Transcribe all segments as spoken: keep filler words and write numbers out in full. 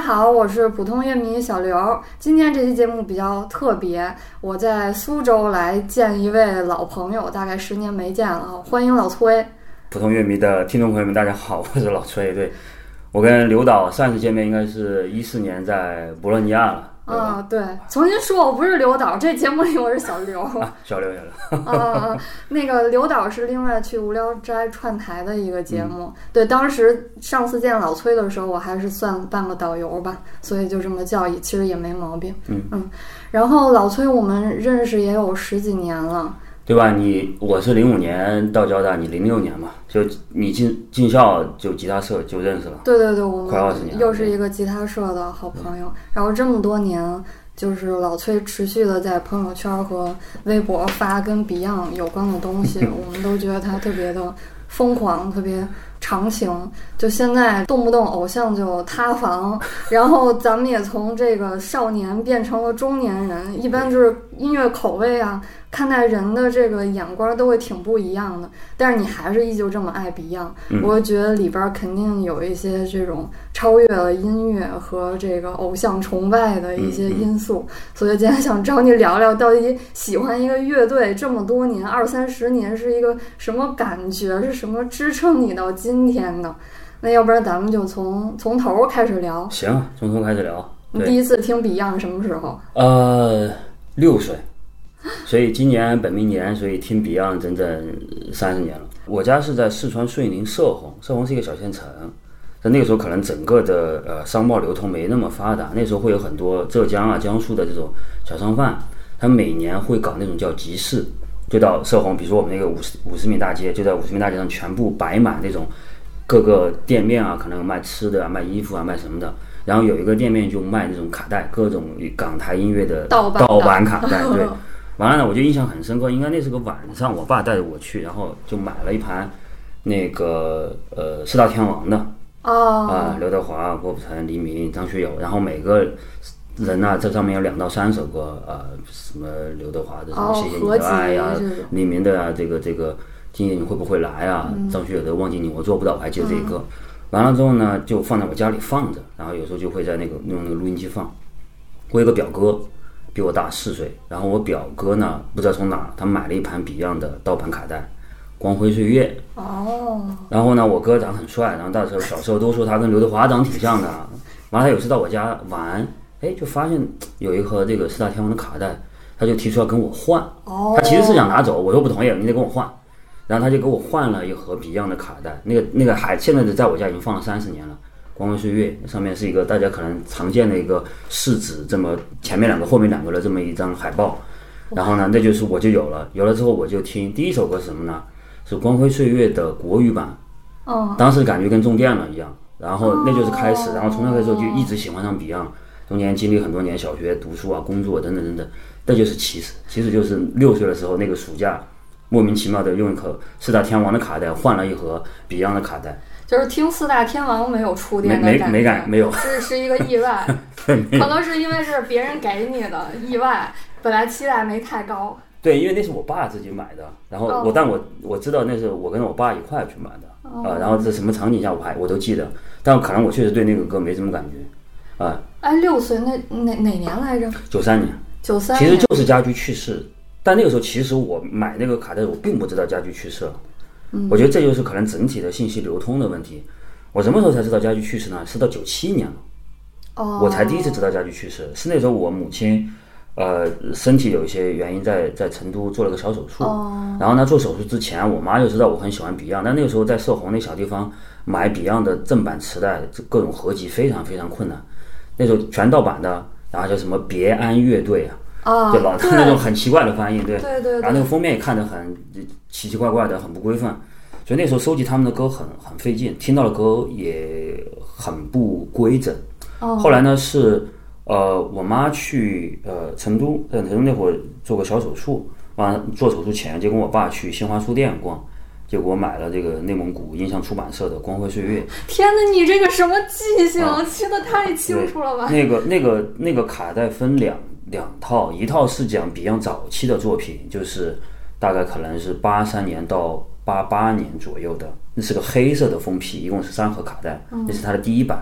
好，我是普通乐迷小刘。今天这期节目比较特别，我在苏州来见一位老朋友，大概十年没见了，欢迎老崔。 普通乐迷的听众朋友们，大家好，我是老崔。对，我跟刘导上次见面应该是一四年在博洛尼亚了。 啊，对，重新说，我不是刘导，这节目里我是小刘。 啊，小刘小刘。 啊，那个刘导是另外去无聊斋串台的一个节目。嗯、对，当时上次见老崔的时候，我还是算半个导游吧，所以就这么叫，其实也没毛病。 嗯嗯。然后老崔我们认识也有十几年了。 对吧？你我是零五年到交大，你零六年嘛，就你进进校就吉他社就认识了。 对对对，我们快二十年， 又是一个吉他社的好朋友。然后这么多年，就是老崔持续的在朋友圈和微博发跟 Beyond 有关的东西，我们都觉得他特别的疯狂，特别长情。就现在动不动偶像就塌房，然后咱们也从这个少年变成了中年人，一般就是音乐口味啊，看待人的这个眼光都会挺不一样的，但是你还是依旧这么爱 Beyond、嗯、我觉得里边肯定有一些这种超越了音乐和这个偶像崇拜的一些因素、嗯嗯、所以今天想找你聊聊，到底喜欢一个乐队这么多年，二三十年是一个什么感觉，是什么支撑你到今天的？那要不然咱们就从从头开始聊。 行，从头开始聊。 你第一次听 Beyond 什么时候？ 呃，六岁。所以今年本命年，所以听 Beyond 整整三十年了。我家是在四川遂宁社洪，社洪是一个小县城，在那个时候可能整个的呃商贸流通没那么发达，那时候会有很多浙江啊、江苏的这种小商贩，他每年会搞那种叫集市，就到社洪，比如说我们那个五十五十米大街，就在五十米大街上全部摆满那种各个店面啊，可能卖吃的啊、卖衣服啊、卖什么的。然后有一个店面就卖那种卡带，各种港台音乐的盗版盗版卡带，对。完了呢，我就印象很深刻，应该那是个晚上，我爸带着我去，然后就买了一盘那个呃四大天王的哦啊、呃，刘德华、郭富城、黎明、张学友，然后每个人呢、啊，这上面有两到三首歌啊、呃，什么刘德华的什么谢谢你的爱呀、啊，黎明的啊这个这个今夜你会不会来啊，嗯、张学友的忘记你我做不到，我还记得这一歌。嗯、完了之后呢，就放在我家里放着，然后有时候就会在那个用那个录音机放。我有个表哥。比我大四岁，然后我表哥呢，不知道从哪他买了一盘 Beyond 的盗版卡带，《光辉岁月》 哦。 然后呢，我哥长很帅，然后到时候小时候都说他跟刘德华长挺像的。完了，他有次到我家玩，哎，就发现有一盒这个四大天王的卡带，他就提出要跟我换。 哦。 他其实是想拿走，我说不同意，你得跟我换。然后他就给我换了一盒 Beyond 的卡带，那个那个还现在的在我家已经放了三十年了。光辉岁月上面是一个大家可能常见的一个市纸，这么前面两个后面两个的这么一张海报，然后呢，那就是我就有了，有了之后我就听第一首歌是什么呢？是光辉岁月的国语版， 哦， 当时感觉跟中电了一样，然后那就是开始，然后从那个时候就一直喜欢上 Beyond， 中间经历很多年小学读书啊、工作等等等等，这就是起始，其实就是六岁的时候那个暑假，莫名其妙的用一口四大天王的卡带换了一盒 Beyond 的卡带。 就是听四大天王没有触电的感觉，没没感没有， 是是一个意外，可能是因为是别人给你的意外，本来期待没太高。 对，因为那是我爸自己买的，然后我、oh. 但我我知道那是我跟我爸一块去买的啊、oh. 呃，然后这什么场景下我还我都记得，但可能我确实对那个歌没什么感觉啊。 哎，六岁那哪哪年来着？ 九三年。 九三。 其实就是家驹去世，但那个时候其实我买那个卡带，我并不知道家驹去世了。我觉得这就是可能整体的信息流通的问题。我什么时候才知道家驹去世呢？是到九七年了， 哦， 我才第一次知道家驹去世。是那时候我母亲，呃，身体有一些原因在，在在成都做了个小手术。 哦， 然后呢，做手术之前，我妈就知道我很喜欢 Beyond， 但那个时候在社洪那小地方买 Beyond 的正版磁带，各种合集非常非常困难。那时候全盗版的，然后叫什么别安乐队啊。 啊， 对吧？那种很奇怪的翻译，对， 对 对, 对。 然后那个封面也看得很奇奇怪怪的，很不规范，所以那时候收集他们的歌很很费劲，听到的歌也很不规整。 哦。 后来呢是呃我妈去呃成都，在成都那会儿做个小手术，完做手术前就跟我爸去新华书店逛。结果我买了这个内蒙古印象出版社的《光辉岁月》。 天哪，你这个什么记性，啊、记得太清楚了吧？ 那个、那个、那个卡带分两两套，一套是讲 Beyond 早期的作品，就是大概可能是八三年到八八年左右的，那是个黑色的封皮，一共是三盒卡带，那是它的第一版。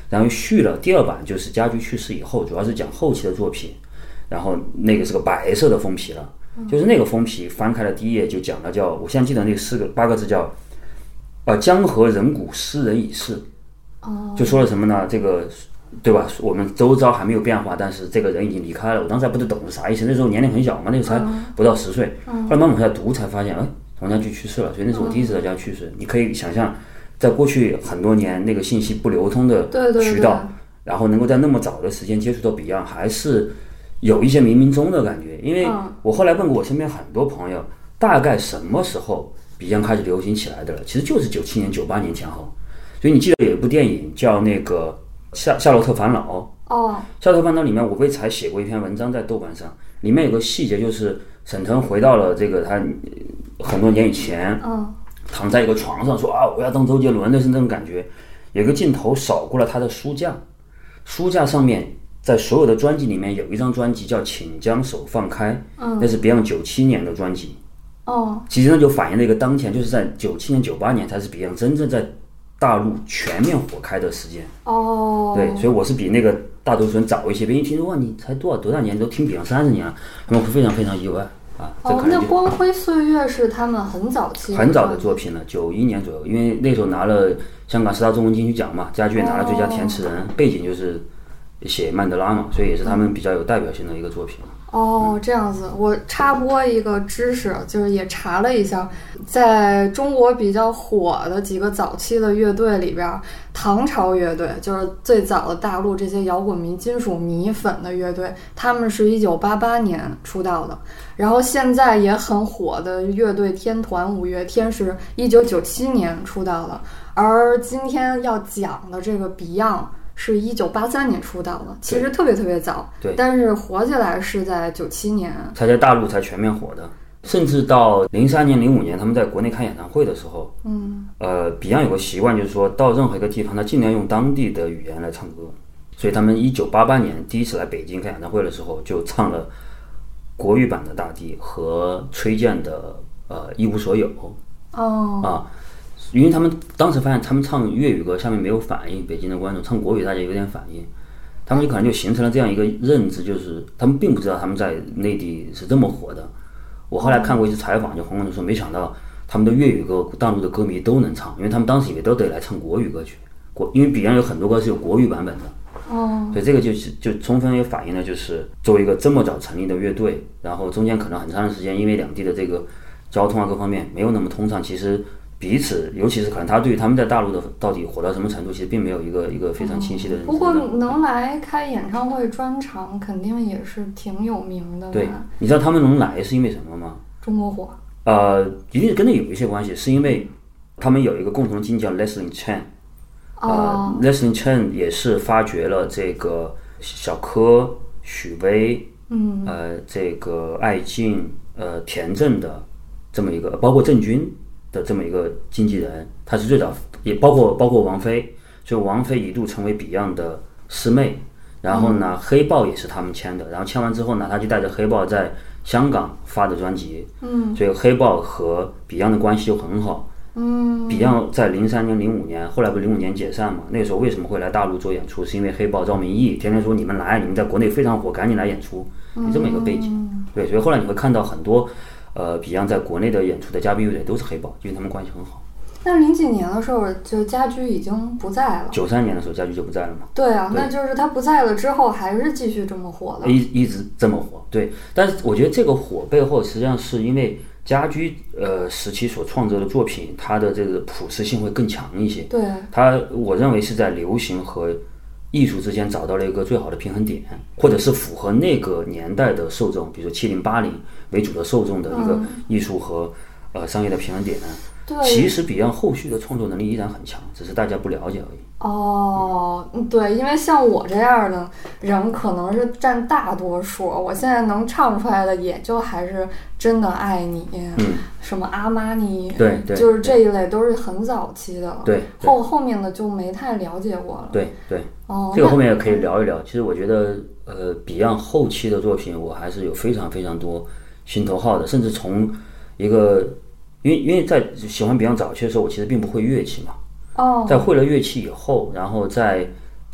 然后续了第二版，就是家驹去世以后，主要是讲后期的作品，然后那个是个白色的封皮了，就是那个封皮翻开了第一页就讲了叫，我现在记得那四个八个字叫，呃，江河人骨斯人已逝，就说了什么呢？这个对吧？我们周遭还没有变化，但是这个人已经离开了。我当时还不知懂是啥意思，那时候年龄很小嘛，那时候才不到十岁。后来慢慢往下读才发现，哎，王家驹去世了，所以那是我第一次知道家驹去世。你可以想象。在过去很多年，那个信息不流通的渠道， 对对对， 然后能够在那么早的时间接触到 Beyond， 还是有一些冥冥中的感觉。因为我后来问过我身边很多朋友，大概什么时候 Beyond 开始流行起来的了？其实就是九七年、九八年前后。所以你记得有一部电影叫那个《夏夏洛特烦恼》 哦， 《夏洛特烦恼》里面我为才写过一篇文章在豆瓣上，里面有个细节就是沈腾回到了这个他很多年以前。 嗯。 躺在一个床上说啊，我要当周杰伦的是那种感觉。有个镜头扫过了他的书架，书架上面在所有的专辑里面有一张专辑叫《请将手放开》， 嗯， 那是 Beyond 九七年的专辑。 哦， 其实那就反映了一个当前，就是在九七年、九八年才是 Beyond 真正在大陆全面火开的时间。 哦， 对，所以我是比那个大多数人早一些。别人一听说哇，你才多少多大年，你都听 Beyond 三十年了，他们会非常非常意外。啊、 哦，那光辉岁月是他们很早期很早的作品了，九一年左右，因为那时候拿了香港十大中文金曲奖嘛，家驹也拿了最佳填词人，哦、背景就是写曼德拉嘛，所以也是他们比较有代表性的一个作品。 哦，这样子，我插播一个知识，就是也查了一下，在中国比较火的几个早期的乐队里边，唐朝乐队就是最早的大陆这些摇滚迷、金属迷粉的乐队，他们是一九八八年出道的。然后现在也很火的乐队天团、五月天是一九九七年出道的，而今天要讲的这个 Beyond。是一九八三年出道的，其实特别特别早， 对， 但是火起来是在九七年， 才在大陆才全面火的，甚至到零三年、零五年他们在国内开演唱会的时候， 嗯， 呃 ，Beyond 有个习惯，就是说到任何一个地方，他尽量用当地的语言来唱歌，所以他们一九八八年第一次来北京开演唱会的时候，就唱了国语版的《大地》和崔健的呃《一无所有》。 哦， 啊。因为他们当时发现他们唱粤语歌下面没有反应，北京的观众唱国语大家有点反应，他们就可能就形成了这样一个认知，就是他们并不知道他们在内地是这么火的。我后来看过一次采访，就红红就说没想到他们的粤语歌大陆的歌迷都能唱，因为他们当时以为都得来唱国语歌曲，国因为 Beyond 有很多歌是有国语版本的。 哦， 所以这个就是就充分也反映了，就是作为一个这么早成立的乐队，然后中间可能很长的时间因为两地的这个交通啊各方面没有那么通畅，其实彼此，尤其是可能他对于他们在大陆的到底火到什么程度，其实并没有一个一个非常清晰的认知。 不过能来开演唱会专场，肯定也是挺有名的。 对，你知道他们能来是因为什么吗？ 中国火。 呃，一定跟那有一些关系，是因为他们有一个共同经纪叫 Leslie Chan， 呃、oh. ，Leslie Chan 也是发掘了这个小柯、许巍， 嗯， 呃，这个艾敬、呃田震的这么一个，包括郑钧。的这么一个经纪人，他是最早，也包括包括王菲，所以王菲一度成为 Beyond 的师妹。然后呢，嗯、黑豹也是他们签的。然后签完之后呢，他就带着黑豹在香港发的专辑。 嗯， 所以黑豹和 Beyond 的关系就很好。 嗯 ，Beyond 在零三年、零五年，后来不零五年解散嘛？那个时候为什么会来大陆做演出？是因为黑豹赵明义天天说你们来，你们在国内非常火，赶紧来演出，有这么一个背景。 嗯、 对，所以后来你会看到很多。呃 ，Beyond 在国内的演出的嘉宾乐队都是黑豹，因为他们关系很好。 那零几年的时候，就家驹已经不在了。 九三年的时候，家驹就不在了嘛？ 对啊，对，那就是他不在了之后，还是继续这么火的。 一一直这么火，对。但是我觉得这个火背后，实际上是因为家驹呃时期所创作的作品，它的这个普适性会更强一些。 对。 它我认为是在流行和艺术之间找到了一个最好的平衡点，或者是符合那个年代的受众，比如说七零八零为主的受众的一个艺术和、嗯、呃商业的平衡点。 对， 其实 Beyond 后续的创作能力依然很强，只是大家不了解而已。 哦，对，因为像我这样的人可能是占大多数，我现在能唱出来的也就还是真的爱你， 嗯， 什么阿玛尼， 对对， 就是这一类都是很早期的了。 对， 后后面的就没太了解过了。 对对， 哦， 这个后面也可以聊一聊。其实我觉得，呃 ，Beyond 后期的作品，我还是有非常非常多心头好的，甚至从一个。因为因为在喜欢 Beyond 早期的时候，我其实并不会乐器嘛。 哦。 在会了乐器以后，然后在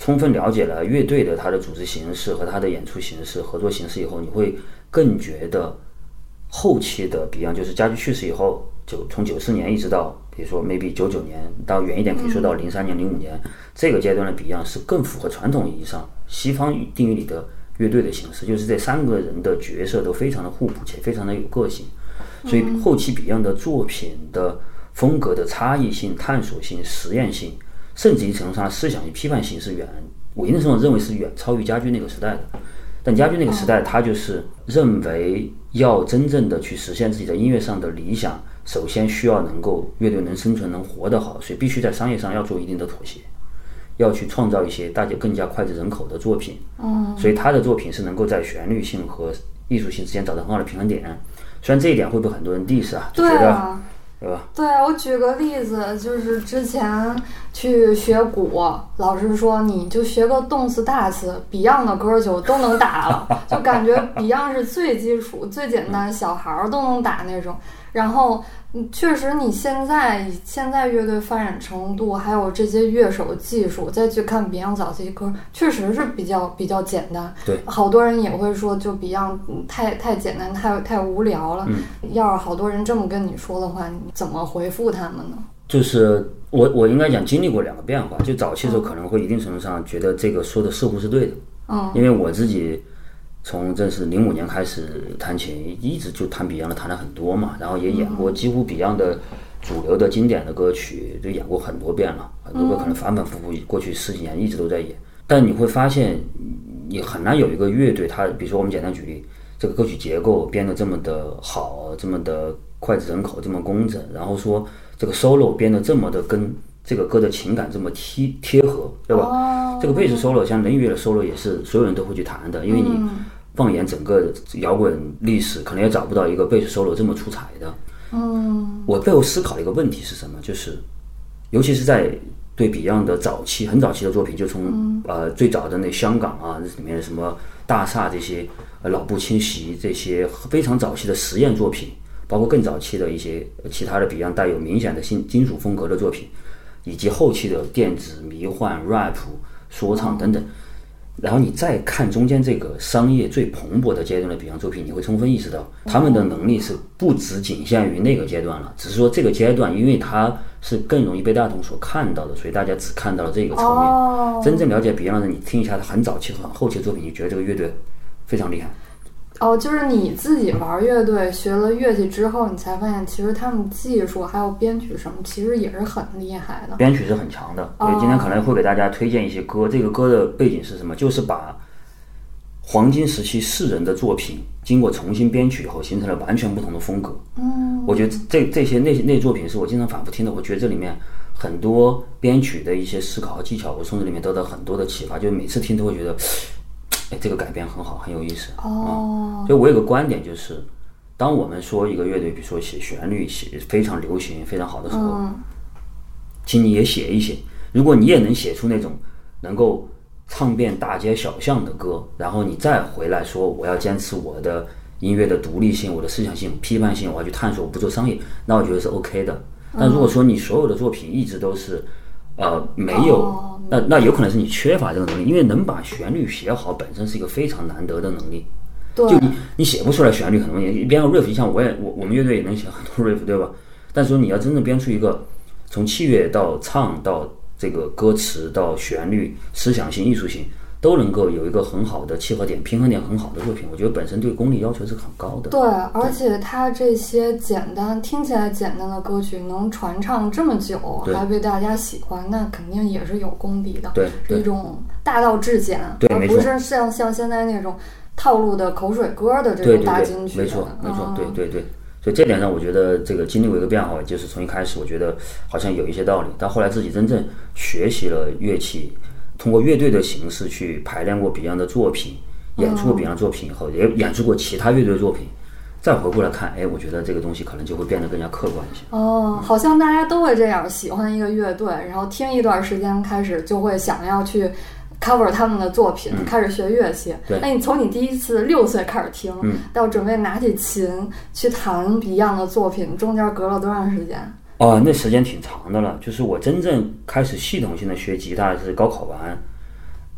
充分了解了乐队的它的组织形式和它的演出形式、合作形式以后，你会更觉得后期的 Beyond 就是家驹去世以后，就从九四年一直到比如说 maybe 九九年到远一点可以说到零三年、零五年这个阶段的 Beyond 是更符合传统意义上西方定义里的乐队的形式，就是这三个人的角色都非常的互补且非常的有个性，所以后期 Beyond 的作品的风格的差异性、探索性、实验性，甚至一程度上思想性、批判性是远，我一定程度认为是远超于家驹那个时代的。但家驹那个时代，他就是认为要真正的去实现自己在音乐上的理想，首先需要能够乐队能生存、能活得好，所以必须在商业上要做一定的妥协，要去创造一些大家更加脍炙人口的作品。嗯，所以他的作品是能够在旋律性和艺术性之间找到很好的平衡点。虽然这一点会被很多人 diss 啊，就觉得。对吧？ 对，我举个例子，就是之前去学鼓，老师说你就学个动次打次 Beyond 的歌就都能打了，就感觉 Beyond 是最基础、最简单，小孩都能打那种。然后确实你现在现在乐队发展程度还有这些乐手技术，再去看 Beyond 早期歌，确实是比较比较简单。 对， 好多人也会说就 Beyond 太太简单，太太无聊了。嗯，要是好多人这么跟你说的话，你怎么回复他们呢？ 就是我我应该讲经历过两个变化，就早期的时候可能会一定程度上觉得这个说的似乎是对的。嗯，因为我自己从这是零五年开始弹琴，一直就弹 Beyond 的弹了很多嘛，然后也演过几乎 Beyond 的主流的经典的歌曲，就演过很多遍了，很多个可能反反复复，过去十几年一直都在演。但你会发现，你很难有一个乐队，它比如说我们简单举例，这个歌曲结构编得这么的好，这么的脍炙人口，这么工整，然后说这个 solo 编得这么的跟这个歌的情感这么贴贴合，对吧？哦、这个贝斯 solo 像人乐的 solo 也是所有人都会去弹的，因为你放眼整个摇滚历史，可能也找不到一个贝斯 solo 这么出彩的。嗯，我背后思考的一个问题是什么？就是尤其是在对 Beyond 的早期很早期的作品，就从、嗯、呃最早的那香港啊里面什么大厦这些、呃、老布侵袭这些非常早期的实验作品，包括更早期的一些其他的 Beyond 带有明显的新金属风格的作品，以及后期的电子迷幻 rap 说唱等等，然后你再看中间这个商业最蓬勃的阶段的 Beyond 作品，你会充分意识到他们的能力是不只仅限于那个阶段了，只是说这个阶段因为它是更容易被大众所看到的，所以大家只看到了这个层面。oh. 真正了解 Beyond 的人，你听一下他很早期和很后期的作品，你觉得这个乐队非常厉害。 哦，就是你自己玩乐队学了乐器之后，你才发现其实他们技术还有编曲什么其实也是很厉害的， 编曲是很强的。所以今天可能会给大家推荐一些歌，这个歌的背景是什么？就是把黄金时期世人的作品经过重新编曲以后形成了完全不同的风格。嗯，我觉得这这些那那作品是我经常反复听的，我觉得这里面很多编曲的一些思考和技巧，我从这里面得到很多的启发，就是每次听都会觉得哎，这个改编很好，很有意思。哦、嗯，所以我有个观点就是，当我们说一个乐队，比如说写旋律写非常流行、非常好的时候，嗯、请你也写一写。如果你也能写出那种能够唱遍大街小巷的歌，然后你再回来说我要坚持我的音乐的独立性、我的思想性、批判性，我要去探索，我不做商业，那我觉得是 OK 的。但如果说你所有的作品一直都是呃，没有，哦、那那有可能是你缺乏这个能力，因为能把旋律写好本身是一个非常难得的能力。 对， 就你你写不出来旋律很容易，编个 riff， 像我也我我们乐队也能写很多 riff， 对吧？但是说你要真正编出一个从器乐到唱到这个歌词到旋律、思想性、艺术性都能够有一个很好的契合点、平衡点很好的作品，我觉得本身对功力要求是很高的。 对，而且它这些简单听起来简单的歌曲能传唱这么久，还被大家喜欢，那肯定也是有功底的。 对， 是一种大道至简，而不是像像现在那种套路的口水歌的这种大金曲。 没错，没错，对对对。所以这点上，我觉得这个经历过一个变化，就是从一开始我觉得好像有一些道理，到后来自己真正学习了乐器。通过乐队的形式去排练过 Beyond 的作品，演出过 Beyond 作品以后，也演出过其他乐队的作品，再回过来看，哎，我觉得这个东西可能就会变得更加客观一些。 哦，好像大家都会这样，喜欢一个乐队，然后听一段时间开始就会想要去 cover 他们的作品，嗯、开始学乐器。那你从你第一次六岁开始听，嗯、到准备拿起琴去弹 Beyond 的作品，中间隔了多长时间？ 哦，那时间挺长的了。就是我真正开始系统性的学吉他是高考完，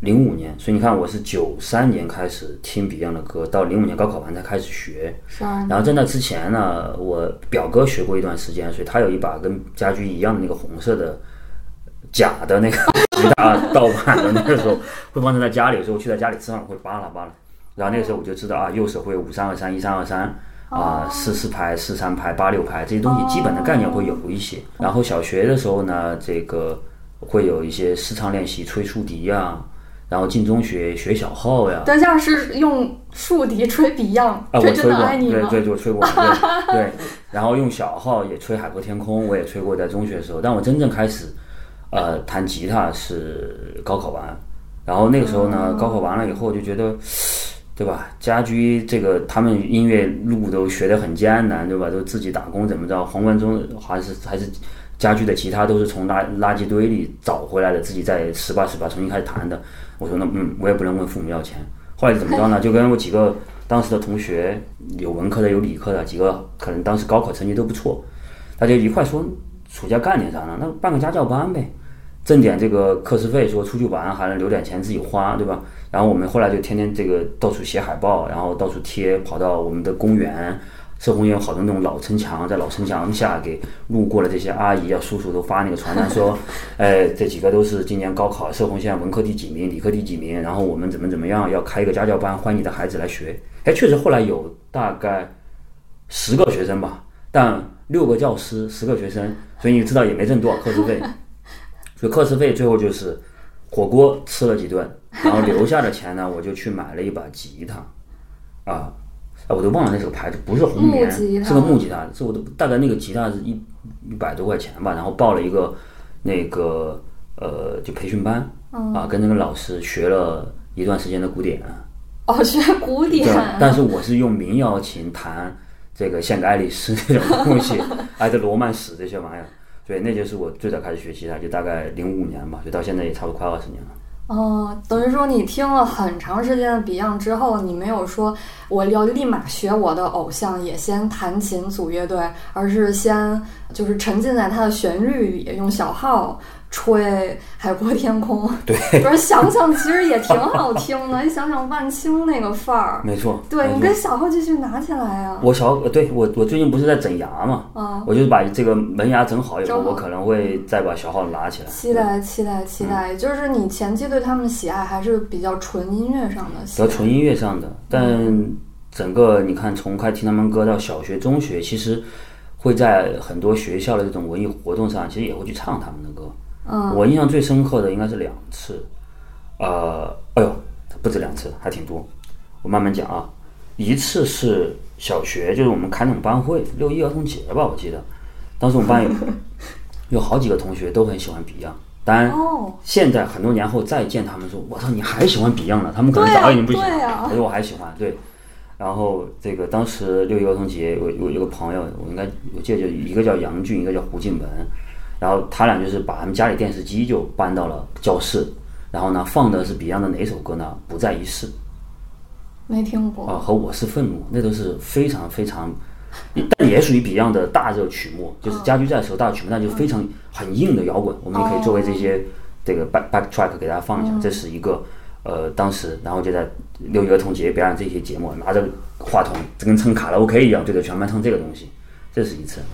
零五年，所以你看我是九三年开始听 Beyond 的歌，到零五年高考完才开始学。然后在那之前呢，我表哥学过一段时间，所以他有一把跟家驹一样的那个红色的假的那个吉他盗版的，那个时候会放在他家里，有时候去他家里吃饭会扒拉扒拉。然后那个时候我就知道啊，右手会五三二三一三二三啊，四四拍四三拍八六拍这些东西基本的概念会有一些。然后小学的时候呢，这个会有一些视唱练习，吹竖笛呀。然后进中学学小号呀。 等下是用竖笛吹 Beyond， 啊， 吹真的爱你吗？对对，我吹过。对对，然后用小号也吹《海阔天空》，我也吹过，在中学的时候。但我真正开始，呃，弹吉他是高考完。然后那个时候呢，高考完了以后就觉得。对吧？家驹这个他们音乐路都学得很艰难，对吧？都自己打工怎么着？黄贯中还是还是家驹的吉他都是从垃垃圾堆里找回来的，自己再十把十把重新开始弹的。我说那嗯，我也不能问父母要钱。后来怎么着呢？就跟我几个当时的同学，有文科的有理科的，几个可能当时高考成绩都不错，大家一块说暑假干点啥呢？那办个家教班呗。挣点这个课时费，说出去玩还能留点钱自己花，对吧？然后我们后来就天天这个到处写海报，然后到处贴，跑到我们的公园，社红园有好多那种老城墙，在老城墙下给路过的这些阿姨啊叔叔都发那个传单说，哎，这几个都是今年高考社红县文科第几名，理科第几名，然后我们怎么怎么样，要开一个家教班，欢迎你的孩子来学。哎，确实后来有大概十个学生吧，但六个教师，十个学生，所以你知道也没挣多少课时费。所以课时费最后就是火锅吃了几顿，然后留下的钱呢，我就去买了一把吉他，啊，我都忘了那是个牌子，不是红棉，是个木吉他，是我的大概那个吉他是一一百多块钱吧，然后报了一个那个呃就培训班，啊，跟那个老师学了一段时间的古典。 哦，学古典。 但是我是用民谣琴弹这个献给爱丽丝这种东西，爱德罗曼史这些玩意儿。对，那就是我最早开始学吉他，就大概零五年吧，就到现在也差不多快二十年了。 哦，等于说你听了很长时间的 Beyond 之后，你没有说我要立马学我的偶像，也先弹琴组乐队，而是先就是沉浸在他的旋律里，用小号吹海阔天空。 对， 不是想想其实也挺好听的，你想想万青那个范儿。 没错。 对，你跟小号继续拿起来啊。 我小对我我最近不是在整牙嘛，啊，我就是把这个门牙整好以后，我可能会再把小号拿起来。 期待期待期待，嗯，就是你前期对他们喜爱还是比较纯音乐上的喜爱， 比较纯音乐上的，但整个你看从开始听他们歌到小学中学，其实会在很多学校的这种文艺活动上，其实也会去唱他们的歌。嗯，我印象最深刻的应该是两次，呃，哎呦，不止两次，还挺多。我慢慢讲啊。一次是小学，就是我们开那种班会，六一儿童节吧，我记得，当时我们班有有好几个同学都很喜欢 Beyond。当然，现在很多年后再见他们说，我操，你还喜欢 Beyond 呢？他们可能早已经不喜欢，可是我还喜欢。对，然后这个当时六一儿童节，我有有个朋友，我应该我记得就一个叫杨俊，一个叫胡静文，然后他俩就是把他们家里电视机就搬到了教室，然后呢放的是 Beyond 的哪首歌呢？不在一世。 没听过啊，和我是愤怒，那都是非常非常，但也属于 Beyond 的大热曲目，就是家驹在的时候大热曲目，但就非常很硬的摇滚，我们也可以作为这些这个 back back track 给大家放一下。这是一个呃，当时然后就在六一儿童节表演这些节目，拿着话筒跟唱卡拉 OK 一样，对着全班唱这个东西，这是一次。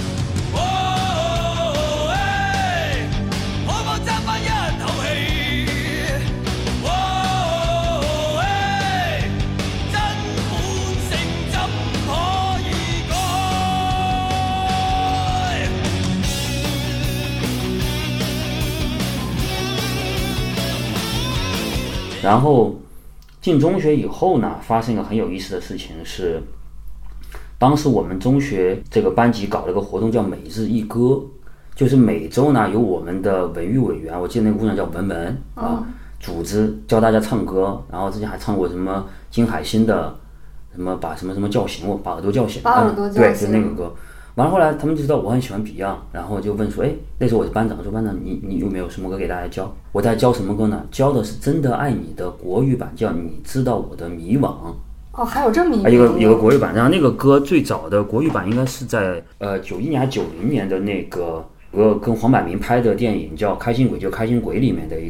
然后进中学以后呢，发生一个很有意思的事情是，当时我们中学这个班级搞了个活动叫每日一歌，就是每周呢由我们的文娱委员，我记得那个姑娘叫文文啊，组织教大家唱歌，然后之前还唱过什么金海心的什么把什么什么叫醒我，把耳朵叫醒， 把耳朵叫醒， 对，就那个歌。完了后来他们就知道我很喜欢 Beyond， 然后就问说，哎，那时候我是班长，说班长你你有没有什么歌给大家教？我在教什么歌呢？教的是真的爱你的国语版，叫你知道我的迷惘。 哦，还有这么一个有个有个国语版，然后那个歌最早的国语版应该是在呃九一年还九零年的那个呃跟黄百鸣拍的电影叫《开心鬼》，就《开心鬼》里面的一个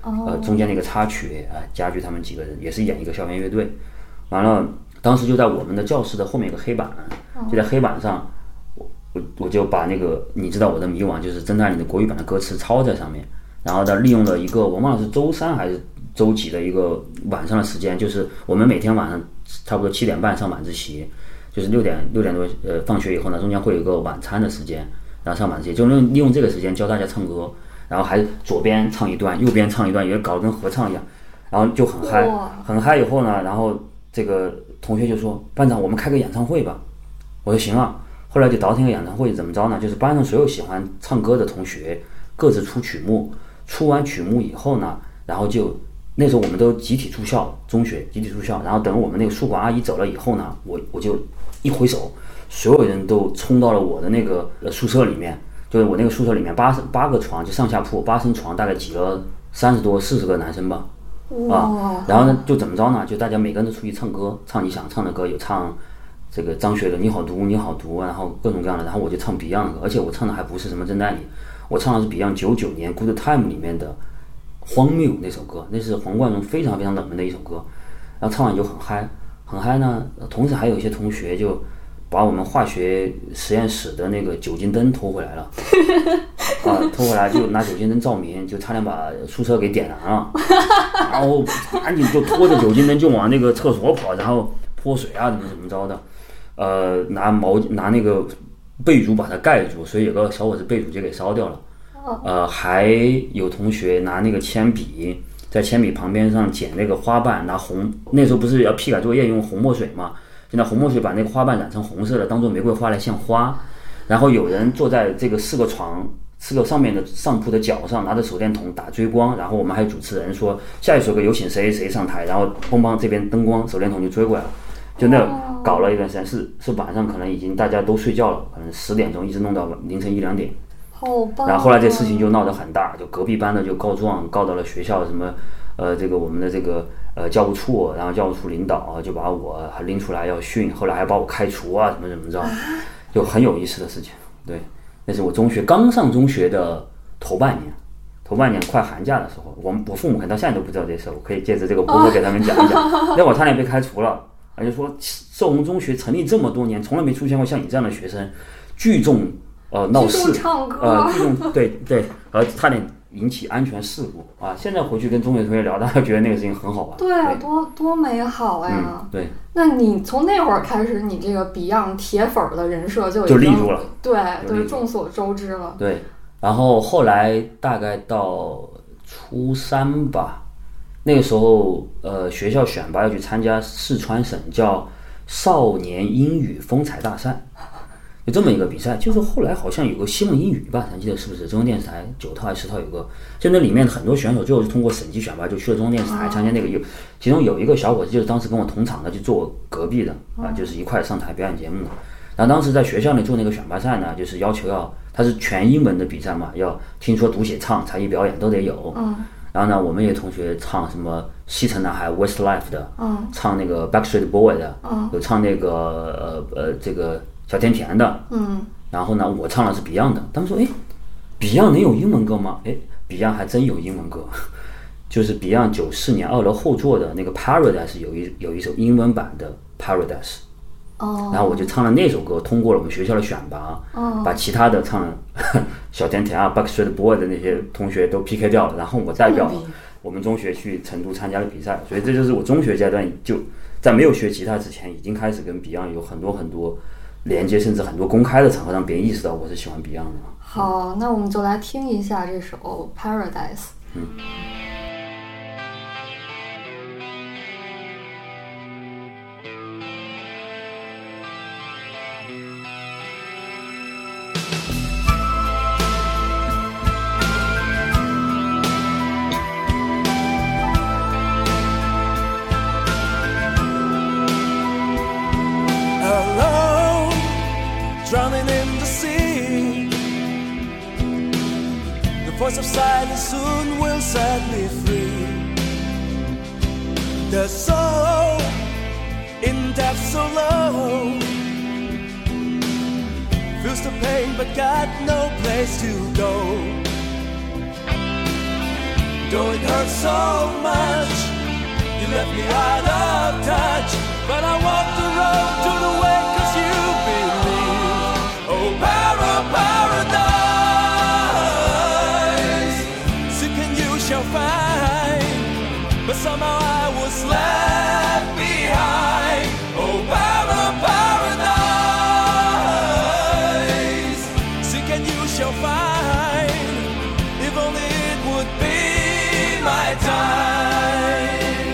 呃，中间那个插曲啊、呃，家驹他们几个人也是演一个校园乐队。完了，当时就在我们的教室的后面有个黑板，就在黑板上，我我我就把那个你知道我的迷惘就是甄大林的国语版的歌词抄在上面，然后呢，利用了一个我忘了是周三还是周几的一个晚上的时间，就是我们每天晚上差不多七点半上晚自习，就是六点六点多呃放学以后呢，中间会有一个晚餐的时间，然后上晚自习就利用这个时间教大家唱歌，然后还左边唱一段，右边唱一段，也搞得跟合唱一样，然后就很嗨，很嗨以后呢，然后这个同学就说班长，我们开个演唱会吧。我说行啊。后来就倒腾个演唱会，怎么着呢？就是班上所有喜欢唱歌的同学各自出曲目，出完曲目以后呢，然后就那时候我们都集体住校，中学集体住校，然后等我们那个宿管阿姨走了以后呢，我我就一挥手，所有人都冲到了我的那个宿舍里面，就是我那个宿舍里面八八个床，就上下铺八升床，大概挤了三十多四十个男生吧。啊，然后呢，就怎么着呢？就大家每个人都出去唱歌，唱你想唱的歌，有唱这个张学友的《你好毒你好毒》，然后各种各样的，然后我就唱 Beyond 的歌，而且我唱的还不是什么甄大林，我唱的是 Beyond 九九年《Good Time》里面的《荒谬》那首歌，那是黄贯中非常非常冷门的一首歌，然后唱完就很嗨，很嗨呢。同时还有一些同学就把我们化学实验室的那个酒精灯偷回来了。啊，偷回来就拿酒精灯照明，就差点把宿舍给点燃了，然后赶紧就拖着酒精灯就往那个厕所跑，然后泼水啊，怎么怎么着的，呃，拿毛拿那个被褥把它盖住，所以有个小伙子被褥就给烧掉了。呃，还有同学拿那个铅笔在铅笔旁边上剪那个花瓣，拿红，那时候不是要批改作业用红墨水嘛，就拿红墨水把那个花瓣染成红色的，当做玫瑰花来献花。然后有人坐在这个四个床。四个上面的上铺的脚上拿着手电筒打追光，然后我们还有主持人说下一首歌有请谁谁上台，然后砰砰这边灯光手电筒就追过来了，就那搞了一段时间，是是晚上可能已经大家都睡觉了，可能十点钟一直弄到凌晨一两点， 好棒。 然后后来这事情就闹得很大，就隔壁班的就告状，告到了学校什么呃这个我们的这个呃教务处，然后教务处领导、啊、就把我还拎出来要训，后来还把我开除啊怎么怎么着，就很有意思的事情，对。那是我中学刚上中学的头半年，头半年快寒假的时候，我我父母可能到现在都不知道这事，我可以借着这个播客给他们讲一讲。那我差点被开除了，而且说寿虹中学成立这么多年，从来没出现过像你这样的学生，聚众呃闹事，呃聚众对对，而差点引起安全事故啊！现在回去跟中学同学聊，大家觉得那个事情很好玩。 对，对多多美好呀！ 嗯、对。 那你从那会儿开始，你这个 Beyond 铁粉的人设就就立住了。 对对，众所周知了。 对，然后后来大概到初三吧，那个时候呃学校选拔要去参加四川省叫少年英语风采大赛。有这么一个比赛，就是后来好像有个希望英语吧，咱记得是不是？中央电视台九套还是十套有个，就那里面很多选手最后是通过省级选拔就去了中央电视台参加那个，有其中有一个小伙子就是当时跟我同场的，就坐我隔壁的啊，就是一块上台表演节目的。然后当时在学校里做那个选拔赛呢，就是要求要它是全英文的比赛嘛，要听说读写唱才艺表演都得有。嗯。然后呢，我们也同学唱什么西城男孩 Westlife 的，嗯，唱那个 Backstreet Boy 的，嗯，有唱那个呃呃这个。小甜甜的，嗯，然后呢，我唱的是 Beyond 的。他们说，哎 ，Beyond 能有英文歌吗？哎 ，Beyond 还真有英文歌，就是 Beyond 九四年二楼后座的那个 Paradise 有一有一首英文版的 Paradise， 哦，然后我就唱了那首歌，通过了我们学校的选拔，哦，把其他的唱小甜甜啊 Backstreet Boy 的那些同学都 P K 掉了，然后我代表我们中学去成都参加了比赛，所以这就是我中学阶段就在没有学吉他之前，已经开始跟 Beyond 有很多很多。连接，甚至很多公开的场合让别人意识到我是喜欢 Beyond 的。 好，那我们就来听一下这首 Paradise。嗯。 Drowning in the sea, the voice of silence soon will set me free. The soul in depth so low feels the pain but got no place to go. Though it hurts so much, you left me out of touch. But I walked the road to the way 'cause you believe. Oh, para, paradise, seeking you shall find. But somehow I was left behind. Oh, para, paradise, seeking you shall find. If only it would be my time.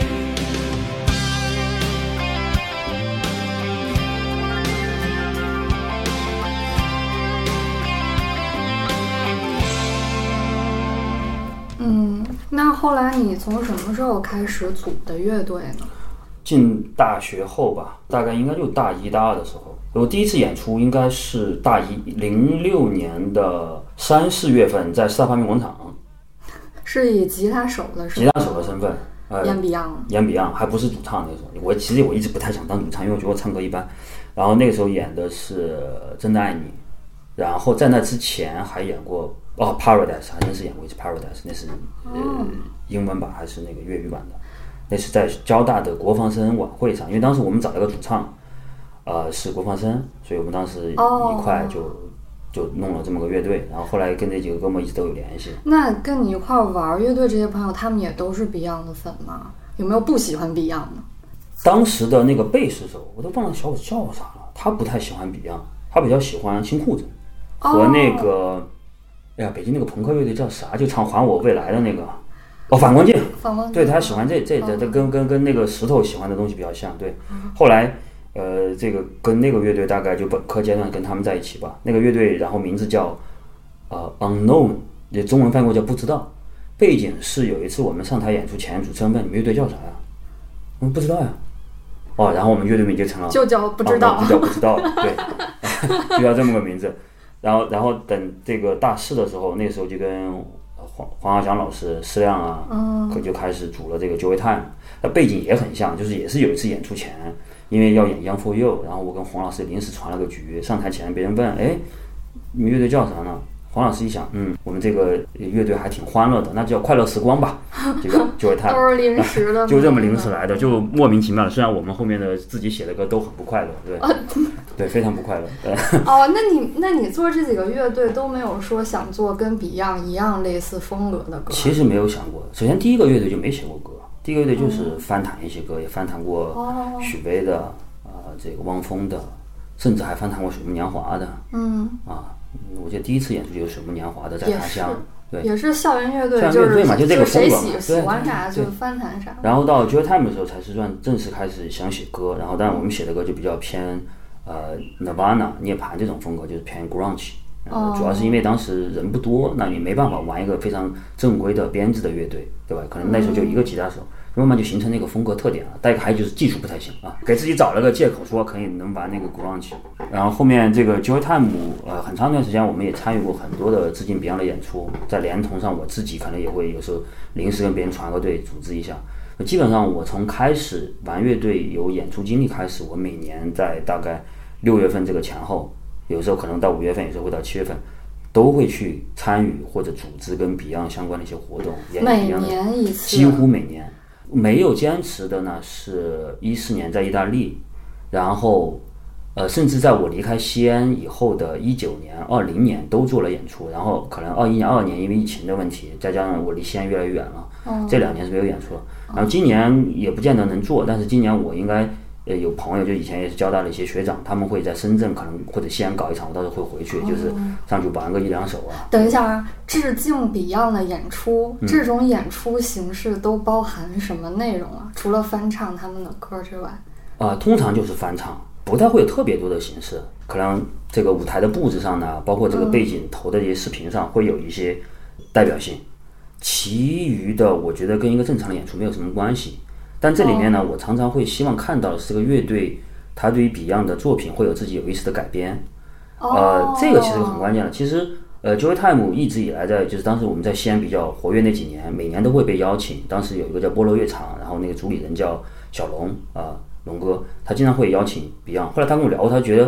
嗯，那后来你从什么时候开始组的乐队呢？ 进大学后吧，大概应该就大一大二的时候，我第一次演出应该是大一零六年的三四月份，在四大发明广场， 是以吉他手的吉他手的身份，呃， 演 Beyond， 演 Beyond 还不是主唱那个时候。我其实我一直不太想当主唱，因为我觉得我唱歌一般。然后那个时候演的是《真的爱你》，然后在那之前还演过哦《Paradise》，还真是演过一次《Paradise》，那是呃英文版还是那个粤语版的？那是在交大的国防生晚会上，因为当时我们找了个主唱，呃，是国防生，所以我们当时一块就、oh. 就弄了这么个乐队，然后后来跟这几个哥们一直都有联系。 那跟你一块玩乐队这些朋友，他们也都是 Beyond 的粉吗？有没有不喜欢 Beyond 的？ 当时的那个贝斯手，我都忘了小伙子叫啥了，他不太喜欢 Beyond， 他比较喜欢新裤子和那个， oh. 哎呀，北京那个朋克乐队叫啥？就唱《还我未来》的那个。哦，反光镜， 反光镜， 对他喜欢这这这，这跟跟跟那个石头喜欢的东西比较像。对，后来呃，这个跟那个乐队大概就本科阶段跟他们在一起吧。那个乐队然后名字叫呃 Unknown， 也中文翻译过叫不知道。背景是有一次我们上台演出前，主持人问你们乐队叫啥呀？我们不知道呀。哦，然后我们乐队名就成了就叫不知道， 就叫不知道了，对，就叫这么个名字。然后然后等这个大四的时候，那时候就跟黄黄浩翔老师、施亮啊，嗯，可就开始组了这个 Joy Time。那背景也很像，就是也是有一次演出前，因为要演 Young for You， 然后我跟黄老师临时传了个局，上台前别人问，哎，你们乐队叫啥呢？黄老师一想，嗯，我们这个乐队还挺欢乐的，那就叫快乐时光吧，这个 Joy Time 都是临时的， 就这么临时来的，就莫名其妙的。虽然我们后面的自己写的歌都很不快乐，对，啊、对，非常不快乐。 哦，那你那你做这几个乐队都没有说想做跟 Beyond 一样类似风格的歌？ 其实没有想过。首先第一个乐队就没写过歌，第一个乐队就是翻弹一些歌，嗯、也翻弹过许巍的，啊、呃，这个汪峰的，甚至还翻弹过水木年华的，嗯，啊。我记得第一次演出就是水木年华的在他乡，对， 也是校园乐队， 校园乐队嘛，就这个风格嘛， 谁喜欢啥就翻弹啥。 然后到 Joy Time 的时候才是算正式开始想写歌，然后但我们写的歌就比较偏呃 Nirvana 涅槃这种风格，就是偏 grunge。然后主要是因为当时人不多，那你没办法玩一个非常正规的编制的乐队，对吧？可能那时候就一个吉他手。慢慢就形成那个风格特点了，再一个还有就是技术不太行啊，给自己找了个借口说可以能玩那个 grunge。然后后面这个 Joy Time， 呃，很长一段时间我们也参与过很多的致敬 Beyond 的演出，在联同上我自己可能也会有时候临时跟别人传个队组织一下。基本上我从开始玩乐队有演出经历开始，我每年在大概六月份这个前后，有时候可能到五月份，有时候会到七月份。都会去参与或者组织跟 Beyond 相关的一些活动， 每年一次， 几乎每年。没有坚持的呢，是一四年在意大利，然后，呃，甚至在我离开西安以后的一九年、二零年都做了演出，然后可能二一年、二二年因为疫情的问题，再加上我离西安越来越远了，哦、这两年是没有演出。然后今年也不见得能做，但是今年我应该。呃，有朋友就以前也是交大的一些学长，他们会在深圳可能或者西安搞一场，我到时候会回去，哦、就是上去玩个一两首啊。 等一下啊，致敬 Beyond 的演出，嗯、这种演出形式都包含什么内容啊？除了翻唱他们的歌之外， 啊、呃，通常就是翻唱，不太会有特别多的形式。可能这个舞台的布置上呢，包括这个背景投的这些视频上，会有一些代表性。其余的，我觉得跟一个正常的演出没有什么关系。但这里面呢，我常常会希望看到的是这个乐队，他对于 Beyond 的作品会有自己有意思的改编。呃，这个其实很关键的。其实，呃 ，Joy Time 一直以来在就是当时我们在西安比较活跃那几年，每年都会被邀请。当时有一个叫菠萝乐场，然后那个主理人叫小龙啊、呃，龙哥，他经常会邀请 Beyond。后来他跟我聊，他觉得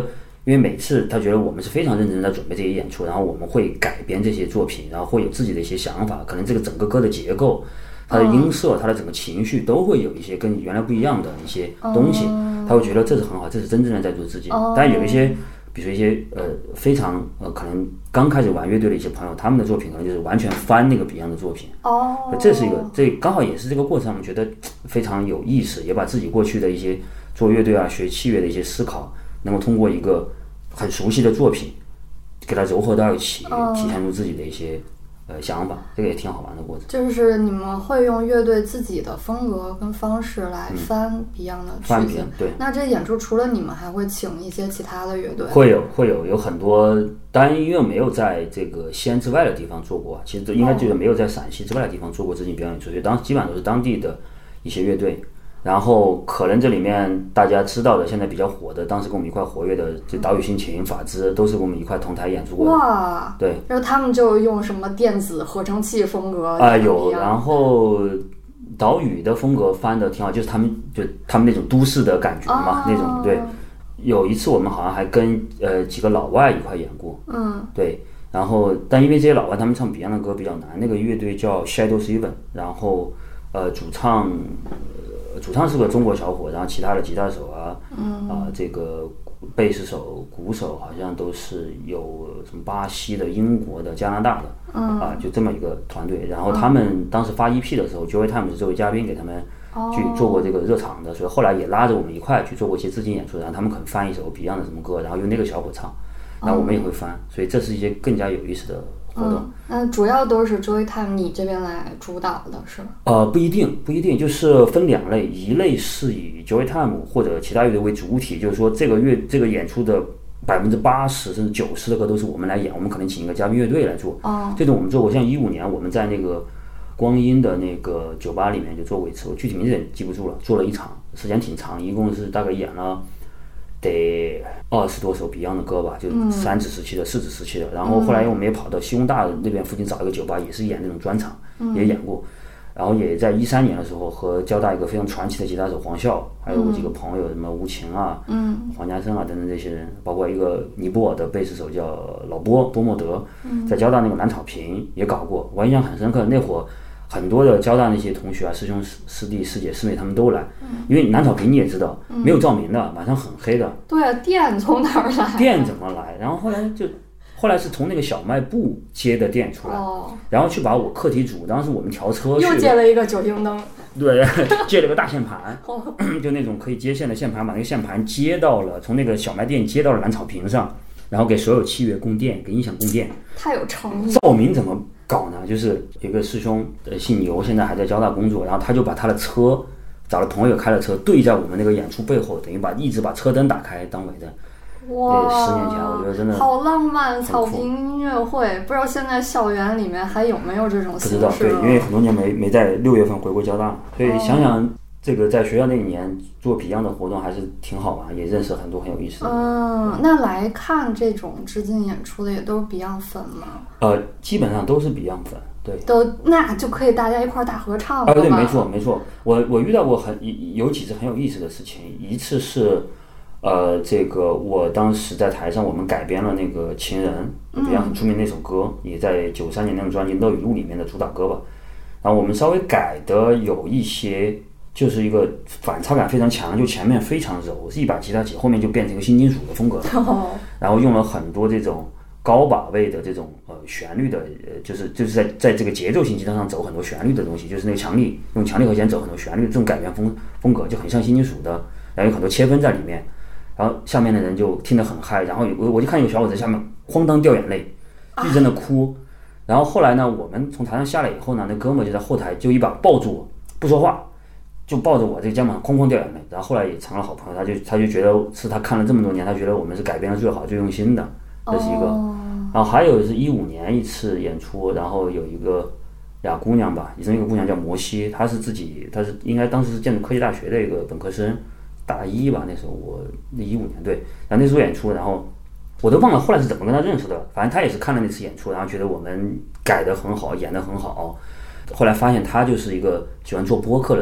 因为每次他觉得我们是非常认真地在准备这些演出，然后我们会改编这些作品，然后会有自己的一些想法，可能这个整个歌的结构、它的音色、它的整个情绪都会有一些跟原来不一样的一些东西，他会觉得这是很好，这是真正的在做自己。但有一些，比如说一些呃非常呃可能刚开始玩乐队的一些朋友，他们的作品可能就是完全翻那个 Beyond 的作品。 哦， 这是一个，这刚好也是这个过程，我们觉得非常有意思，也把自己过去的一些做乐队啊、学器乐的一些思考，能够通过一个很熟悉的作品，给它糅合到一起，体现出自己的一些呃想法，这个也挺好玩的过程。 就是你们会用乐队自己的风格跟方式来翻 Beyond 的曲子、嗯、 对。 那这演出除了你们，还会请一些其他的乐队？ 会有，会有，有很多。当然，因为没有在这个西安之外的地方做过，其实应该就是没有在陕西之外的地方做过自己表演出去，当基本上都是当地的一些乐队。然后可能这里面大家知道的，现在比较火的，当时跟我们一块活跃的，这岛屿心情、法兹，都是跟我们一块同台演出过的。 哇， 对， 然后他们就用什么电子合成器风格啊、 呃？有，然后岛屿的风格翻的挺好，就是他们就他们那种都市的感觉嘛，啊、那种对。有一次我们好像还跟呃几个老外一块演过， 嗯， 对。然后但因为这些老外他们唱 Beyond 的歌比较难，那个乐队叫 Shadow Seven， 然后呃主唱。主唱是个中国小伙，然后其他的吉他手啊，嗯啊、呃，这个贝斯手、鼓手好像都是有什么巴西的、英国的、加拿大的，嗯啊、呃，就这么一个团队。然后他们当时发 E P 的时候 ，Joey Time 是作为嘉宾给他们去做过这个热场的，所以后来也拉着我们一块去做过一些致敬演出，然后他们可能翻一首 Beyond 的什么歌，然后用那个小伙唱，然后我们也会翻，所以这是一些更加有意思的活动。 嗯，那主要都是 Joey Time 你这边来主导的是吗？ 呃，不一定，不一定，就是分两类，一类是以 Joey Time 或者其他乐队为主体，就是说这个乐这个演出的百分之八十甚至九十的歌都是我们来演，我们可能请一个嘉宾乐队来做。哦，这种我们做过，像一五年我们在那个光阴的那个酒吧里面就做过一次，我具体名字也记不住了，做了一场，时间挺长，一共是大概演了得二十多首 Beyond 的歌吧，就三子时期的、四子时期的。然后后来我们也跑到西工大那边附近找一个酒吧，也是演那种专场，也演过。然后也在一三年的时候和交大一个非常传奇的吉他手黄笑，还有我几个朋友，什么吴晴啊、嗯、黄家生啊等等这些人，包括一个尼泊尔的贝斯手叫老波波莫德，在交大那个蓝草坪也搞过，我印象很深刻。那会儿很多的交大那些同学啊、师兄师弟师姐师妹他们都来，因为蓝草坪你也知道没有照明的，晚上很黑的。 对啊，电从哪儿来？ 电怎么来？然后后来就。后来是从那个小卖部接的电出来，哦、然后去把我课题组，当时我们调车去又接了一个酒精灯， 对，接了个大线盘，哦、就那种可以接线的线盘，把那个线盘接到了，从那个小卖店接到了蓝草坪上，然后给所有器乐供电，给音响供电。 太有诚意。 照明怎么搞呢？就是有个师兄，呃，姓牛，现在还在交大工作，然后他就把他的车找了朋友开了车，对在我们那个演出背后，等于把一直把车灯打开当尾灯。 哇， 十年前我觉得真的好浪漫，草坪音乐会，不知道现在校园里面还有没有这种形式？ 不知道，对，因为很多年没没在六月份回过交大，所以想想这个在学校那一年做 Beyond 的活动还是挺好玩，也认识很多很有意思的。 嗯，那来看这种致敬演出的也都是 Beyond 粉吗？ 呃，基本上都是 Beyond 粉。对， 都那就可以大家一块大合唱了吧？ 啊，对，没错没错，我我遇到过很有几次很有意思的事情，一次是。呃，这个我当时在台上，我们改编了那个《情人》，比较很出名那首歌，嗯、也在九三年那张专辑《乐语录》里面的主打歌吧。然后我们稍微改的有一些，就是一个反差感非常强，就前面非常柔，是一把吉他起，后面就变成一个新金属的风格。哦、然后用了很多这种高把位的这种呃旋律的，呃，就是就是在在这个节奏型吉他上走很多旋律的东西，就是那个强力用强力和弦走很多旋律，这种改编风风格就很像新金属的，然后有很多切分在里面。然后下面的人就听得很嗨，然后我我就看有个小伙子在下面哐当掉眼泪，一阵的哭。啊、然后后来呢，我们从台上下来以后呢，那哥们儿就在后台就一把抱住我，不说话，就抱着我这个肩膀哐哐掉眼泪。然后后来也成了好朋友，他就他就觉得是他看了这么多年，他觉得我们是改编的最好、最用心的，这是一个。哦、然后还有是一五年一次演出，然后有一个俩姑娘吧，其中一个姑娘叫摩西，她是自己，她是应该当时是建筑科技大学的一个本科生。大一吧，那时候我那一五年对，然后那时候演出，然后我都忘了后来是怎么跟他认识的，反正他也是看了那次演出，然后觉得我们改得很好，演得很好，后来发现他就是一个喜欢做播客的人，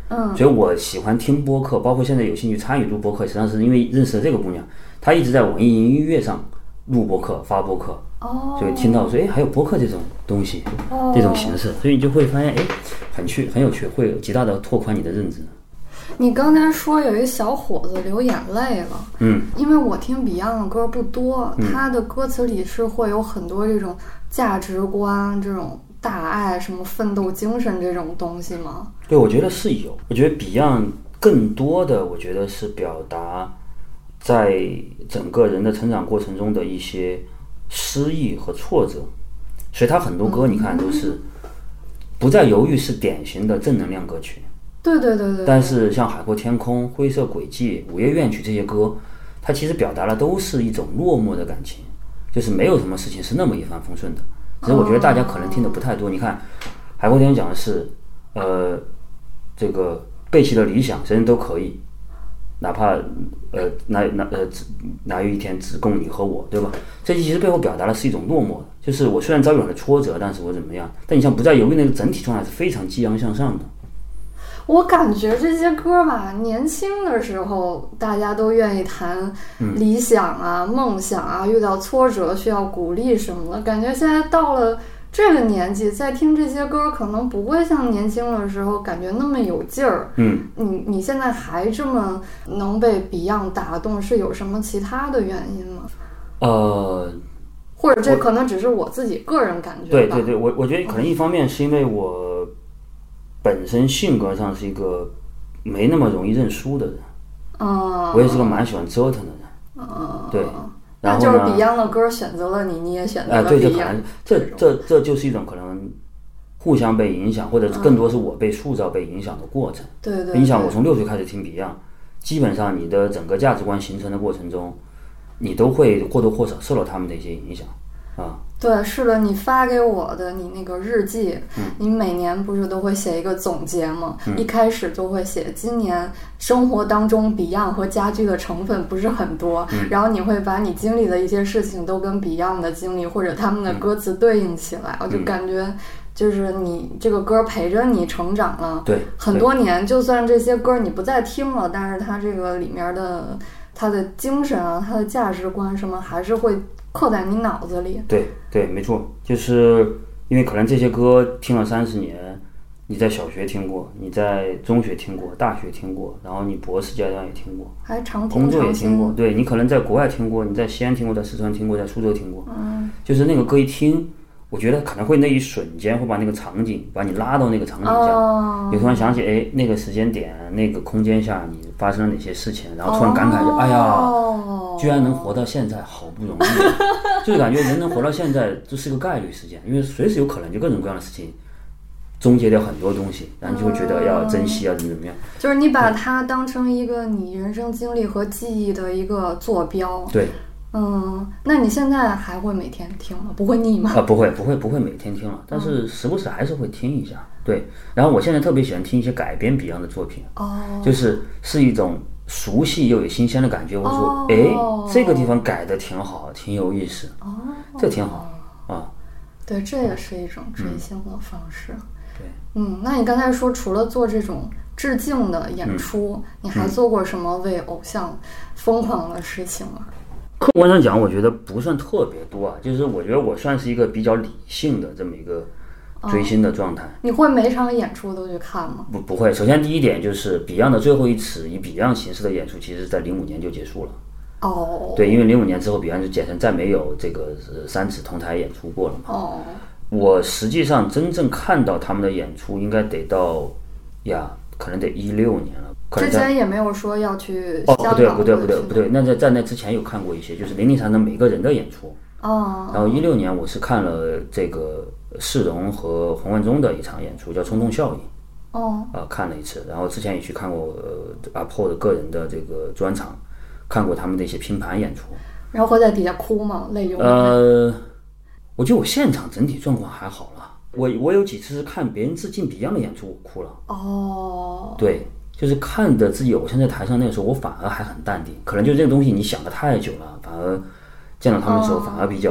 嗯， 所以我喜欢听播客，包括现在有兴趣参与录播客，实际上是因为认识了这个姑娘，她一直在网易云音乐上录播客、发播客， 哦， 所以听到说，哎，还有播客这种东西， 哦、 这种形式，所以你就会发现，哎，很趣，很有趣，会极大的拓宽你的认知。 你刚才说有一小伙子流眼泪了， 嗯， 因为我听 Beyond 的歌不多， 嗯、 他的歌词里是会有很多这种价值观、这种大爱、什么奋斗精神这种东西吗？ 对，我觉得是有。我觉得 Beyond 更多的，我觉得是表达在整个人的成长过程中的一些失意和挫折，所以他很多歌你看都是不再犹豫，是典型的正能量歌曲。 对对对 对, 对。 但是像《海阔天空》《灰色轨迹》《午夜怨曲》这些歌，它其实表达的都是一种落寞的感情，就是没有什么事情是那么一帆风顺的。只是我觉得大家可能听的不太多。哦、你看，《海阔天空》讲的是，呃，这个背弃了理想，人人都可以，哪怕呃哪哪呃哪有一天只供你和我，对吧？这其实背后表达的是一种落寞的，就是我虽然遭遇了挫折，但是我怎么样？但你像不再犹豫那个整体状态是非常激昂向上的。 我感觉这些歌吧，年轻的时候大家都愿意谈理想啊、嗯、梦想啊，遇到挫折需要鼓励什么的。感觉现在到了这个年纪，再听这些歌，可能不会像年轻的时候感觉那么有劲儿。 嗯， 你你现在还这么能被 Beyond 打动，是有什么其他的原因吗？ 呃， 或者这可能只是我自己个人感觉吧。 对对对，我我觉得可能一方面是因为我本身性格上是一个没那么容易认输的人， 嗯， 我也是个蛮喜欢折腾的人， 嗯， 对，然后那就是 Beyond 的歌选择了你，你也选择了 Beyond，、呃、 对，这可能这这这就是一种可能互相被影响，或者更多是我被塑造、被影响的过程。 对 对, 对， 影响我从六岁开始听 Beyond， 基本上你的整个价值观形成的过程中，你都会或多或少受到他们的一些影响啊。 对，是的，你发给我的你那个日记、 嗯、 你每年不是都会写一个总结吗、 嗯、 一开始就会写今年生活当中 Beyond 和家居的成分不是很多、 嗯、 然后你会把你经历的一些事情都跟 Beyond 的经历或者他们的歌词对应起来、嗯、我就感觉就是你这个歌陪着你成长了对很多年，就算这些歌你不再听了，但是它这个里面的它的精神啊，它的价值观什么还是会刻在你脑子里。 对对，没错，就是因为可能这些歌听了三十年，你在小学听过，你在中学听过，大学听过，然后你博士阶段也听过， 还常听工作也听过，对，你可能在国外听过，你在西安听过，在四川听过，在苏州听过， 嗯， 就是那个歌一听，我觉得可能会那一瞬间会把那个场景把你拉到那个场景下， 哦、 你突然想起，哎，那个时间点那个空间下你发生了哪些事情，然后突然感慨就、哦、哎呀，居然能活到现在好不容易，就是感觉人能活到现在这是个概率事件，因为随时有可能就各种各样的事情终结掉很多东西，然后你就会觉得要珍惜啊怎么怎么样， 就是你把它当成一个你人生经历和记忆的一个坐标。 对， 嗯，那你现在还会每天听吗？不会腻吗？ 啊，不会，不会，不会每天听了，但是时不时还是会听一下。对，然后我现在特别喜欢听一些改编 Beyond 的作品， 哦， 就是是一种熟悉又有新鲜的感觉。我说，哎、哦，这个地方改的挺好，挺有意思， 哦， 这挺好啊。 对，这也是一种追星的方式。 嗯、对， 嗯，那你刚才说除了做这种致敬的演出，嗯、你还做过什么为偶像疯狂的事情吗？ 客观上讲，我觉得不算特别多啊，就是我觉得我算是一个比较理性的这么一个追星的状态。哦、 你会每场演出都去看吗？ 不，不会。首先第一点就是 Beyond 的最后一次以 Beyond 形式的演出，其实是在零五年就结束了。 哦， 对，因为零五年之后 Beyond 就简直再没有这个三次同台演出过了嘛。 哦， 我实际上真正看到他们的演出，应该得到呀，可能得一六年了。 之前也没有说要去香港。哦，不对不对不对不对，那在在那之前有看过一些，就是零零散散每个人的演出。 哦。 然后一六年我是看了这个世荣和黄贯中的一场演出，叫《冲动效应》。 哦。 啊、呃，看了一次，然后之前也去看过呃阿破的个人的这个专场，看过他们的一些拼盘演出。 然后会在底下哭吗？泪流吗？ 呃，我觉得我现场整体状况还好了。我我有几次是看别人致敬 Beyond 的演出，我哭了。 哦。 对。就是看着自己偶像在台上那个时候，我反而还很淡定，可能就这个东西你想的太久了，反而见到他们的时候反而比较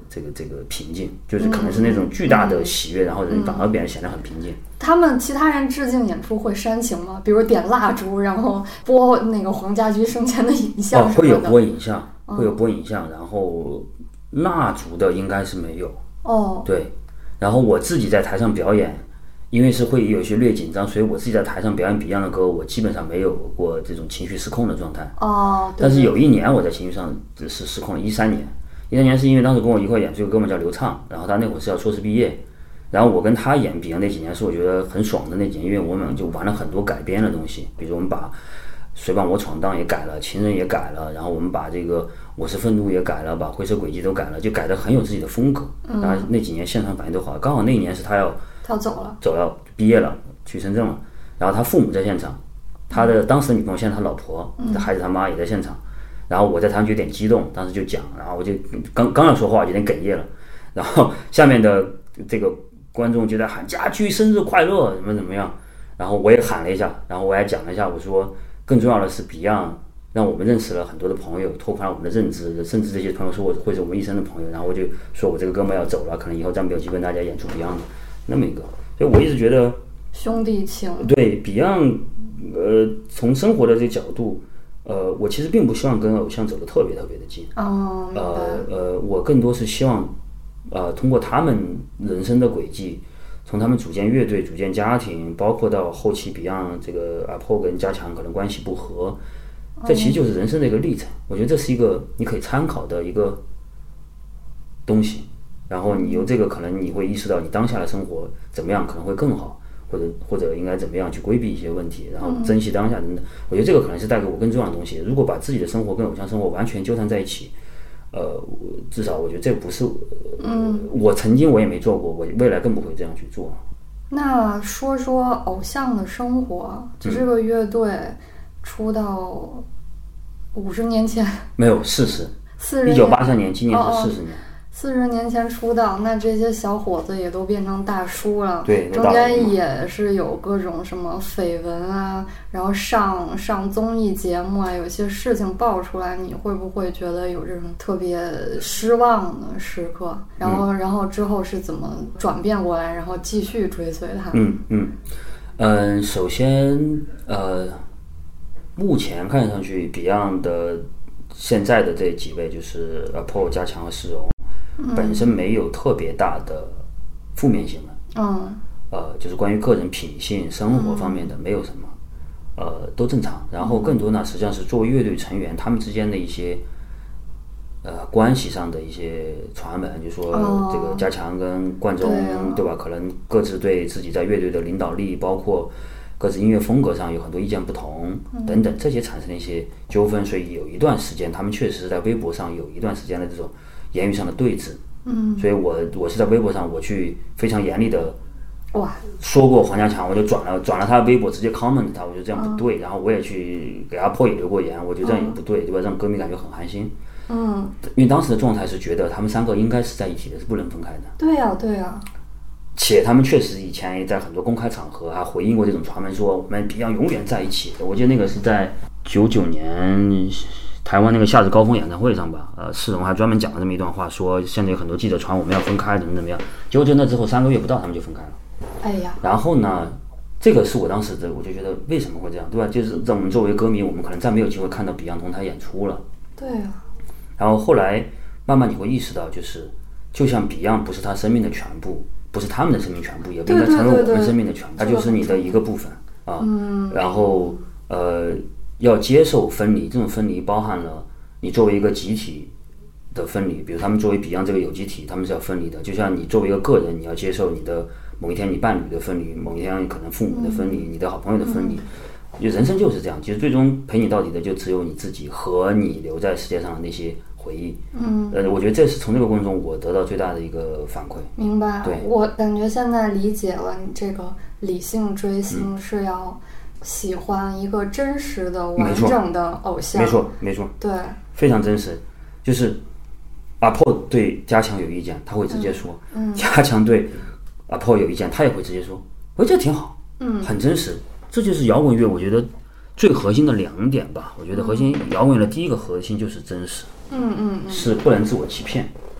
这个这个平静，就是可能是那种巨大的喜悦，然后人反而别人显得很平静。 他们其他人致敬演出会煽情吗？比如点蜡烛，然后播那个黄家驹生前的影像什么的。 哦，会有播影像，会有播影像，然后蜡烛的应该是没有。 哦， 对，然后我自己在台上表演，因为是会有些略紧张，所以我自己在台上表演 Beyond 的歌，我基本上没有过这种情绪失控的状态。 哦，对对， 但是有一年我在情绪上是失控了，一三年，一三年是因为当时跟我一块演出有个哥们叫刘畅，然后他那会儿是要硕士毕业，然后我跟他演 Beyond 那几年是我觉得很爽的那几年，因为我们就玩了很多改编的东西，比如我们把谁帮我闯荡也改了，情人也改了，然后我们把这个我是愤怒也改了，把灰色轨迹都改了，就改得很有自己的风格。然后那几年现场反应都好，刚好那一年是他要他要走了， 走了，毕业了，去深圳了，然后他父母在现场，他的当时的女朋友现在他老婆，他孩子他妈也在现场，然后我在台上就有点激动，当时就讲，然后我就刚刚要说话，有点哽咽了，然后下面的这个观众就在喊家驹生日快乐，怎么怎么样，然后我也喊了一下，然后我也讲了一下，我说更重要的是 Beyond 让我们认识了很多的朋友，拓宽了我们的认知，甚至这些朋友说我会是我们一生的朋友，然后我就说我这个哥们要走了，可能以后再没有机会跟大家演出 Beyond 那么一个，所以我一直觉得兄弟情。 对 Beyond， 呃，从生活的这个角度，呃，我其实并不希望跟偶像走得特别特别的近。 哦，明白。 呃呃，我更多是希望，呃，通过他们人生的轨迹，从他们组建乐队、组建家庭，包括到后期 Beyond 这个阿破跟加强可能关系不和，这其实就是人生的一个历程。我觉得这是一个你可以参考的一个东西。然后你由这个可能你会意识到你当下的生活怎么样可能会更好，或者或者应该怎么样去规避一些问题，然后珍惜当下等等。我觉得这个可能是带给我更重要的东西。如果把自己的生活跟偶像生活完全纠缠在一起，呃，至少我觉得这不是，嗯，我曾经我也没做过，我未来更不会这样去做。 那说说偶像的生活，就这个乐队出道五十年前， 没有四十， 四十， 一九八三年，今年是四十年。 四十年前出道，那这些小伙子也都变成大叔了。 对， 中间也是有各种什么绯闻啊，然后上上综艺节目啊，有些事情爆出来，你会不会觉得有这种特别失望的时刻？然后，嗯、然后之后是怎么转变过来，然后继续追随他？ 嗯嗯嗯，首先呃，目前看上去 Beyond 的现在的这几位就是 Paul、加强和世荣。本身没有特别大的负面新闻，嗯，呃，就是关于个人品性、生活方面的没有什么，呃，都正常。然后更多呢，实际上是作为乐队成员他们之间的一些，呃，关系上的一些传闻，就说这个加强跟冠中，哦、对吧？可能各自对自己在乐队的领导力，包括各自音乐风格上有很多意见不同，等等，这些产生了一些纠纷。所以有一段时间，他们确实是在微博上有一段时间的这种言语上的对峙，嗯，所以我我是在微博上我去非常严厉的哇说过黄家强，我就转了转了他的微博，直接 comment 他，我觉得这样不对，嗯、然后我也去给阿破也留过言，我觉得这样也不对，对吧？让歌迷感觉很寒心，嗯，因为当时的状态是觉得他们三个应该是在一起的，是不能分开的。 对呀、啊，对呀、啊。 且他们确实以前也在很多公开场合还回应过这种传闻，说我们 Beyond 永远在一起。我记得那个是在九九年。台湾那个夏日高峰演唱会上吧，呃，世荣还专门讲了这么一段话，说现在有很多记者传我们要分开，怎么怎么样。结果就那之后三个月不到，他们就分开了。 哎呀， 然后呢，这个是我当时的，我就觉得为什么会这样，对吧？就是让我们作为歌迷，我们可能再没有机会看到 Beyond 同台演出了。 对啊。 然后后来慢慢你会意识到，就是就像 Beyond 不是他生命的全部，不是他们的生命全部，也不应该成为我们生命的全部，它就是你的一个部分啊。嗯。然后呃。要接受分离，这种分离包含了你作为一个集体的分离，比如他们作为 Beyond 这个有机体，他们是要分离的。就像你作为一个个人，你要接受你的某一天你伴侣的分离，某一天可能父母的分离，你的好朋友的分离。人生就是这样，其实最终陪你到底的就只有你自己和你留在世界上的那些回忆。嗯，呃，我觉得这是从这个过程中我得到最大的一个反馈。 明白。 对， 我感觉现在理解了你这个理性追星是要。喜欢一个真实的完整的偶像， 没错没错， 对， 非常真实。就是阿破对加强有意见，他会直接说；嗯嗯、加强对阿破有意见，他也会直接说。我觉得这挺好，嗯，很真实。这就是摇滚乐，我觉得最核心的两点吧。我觉得核心摇滚乐的第一个核心就是真实，嗯嗯，是不能自我欺骗。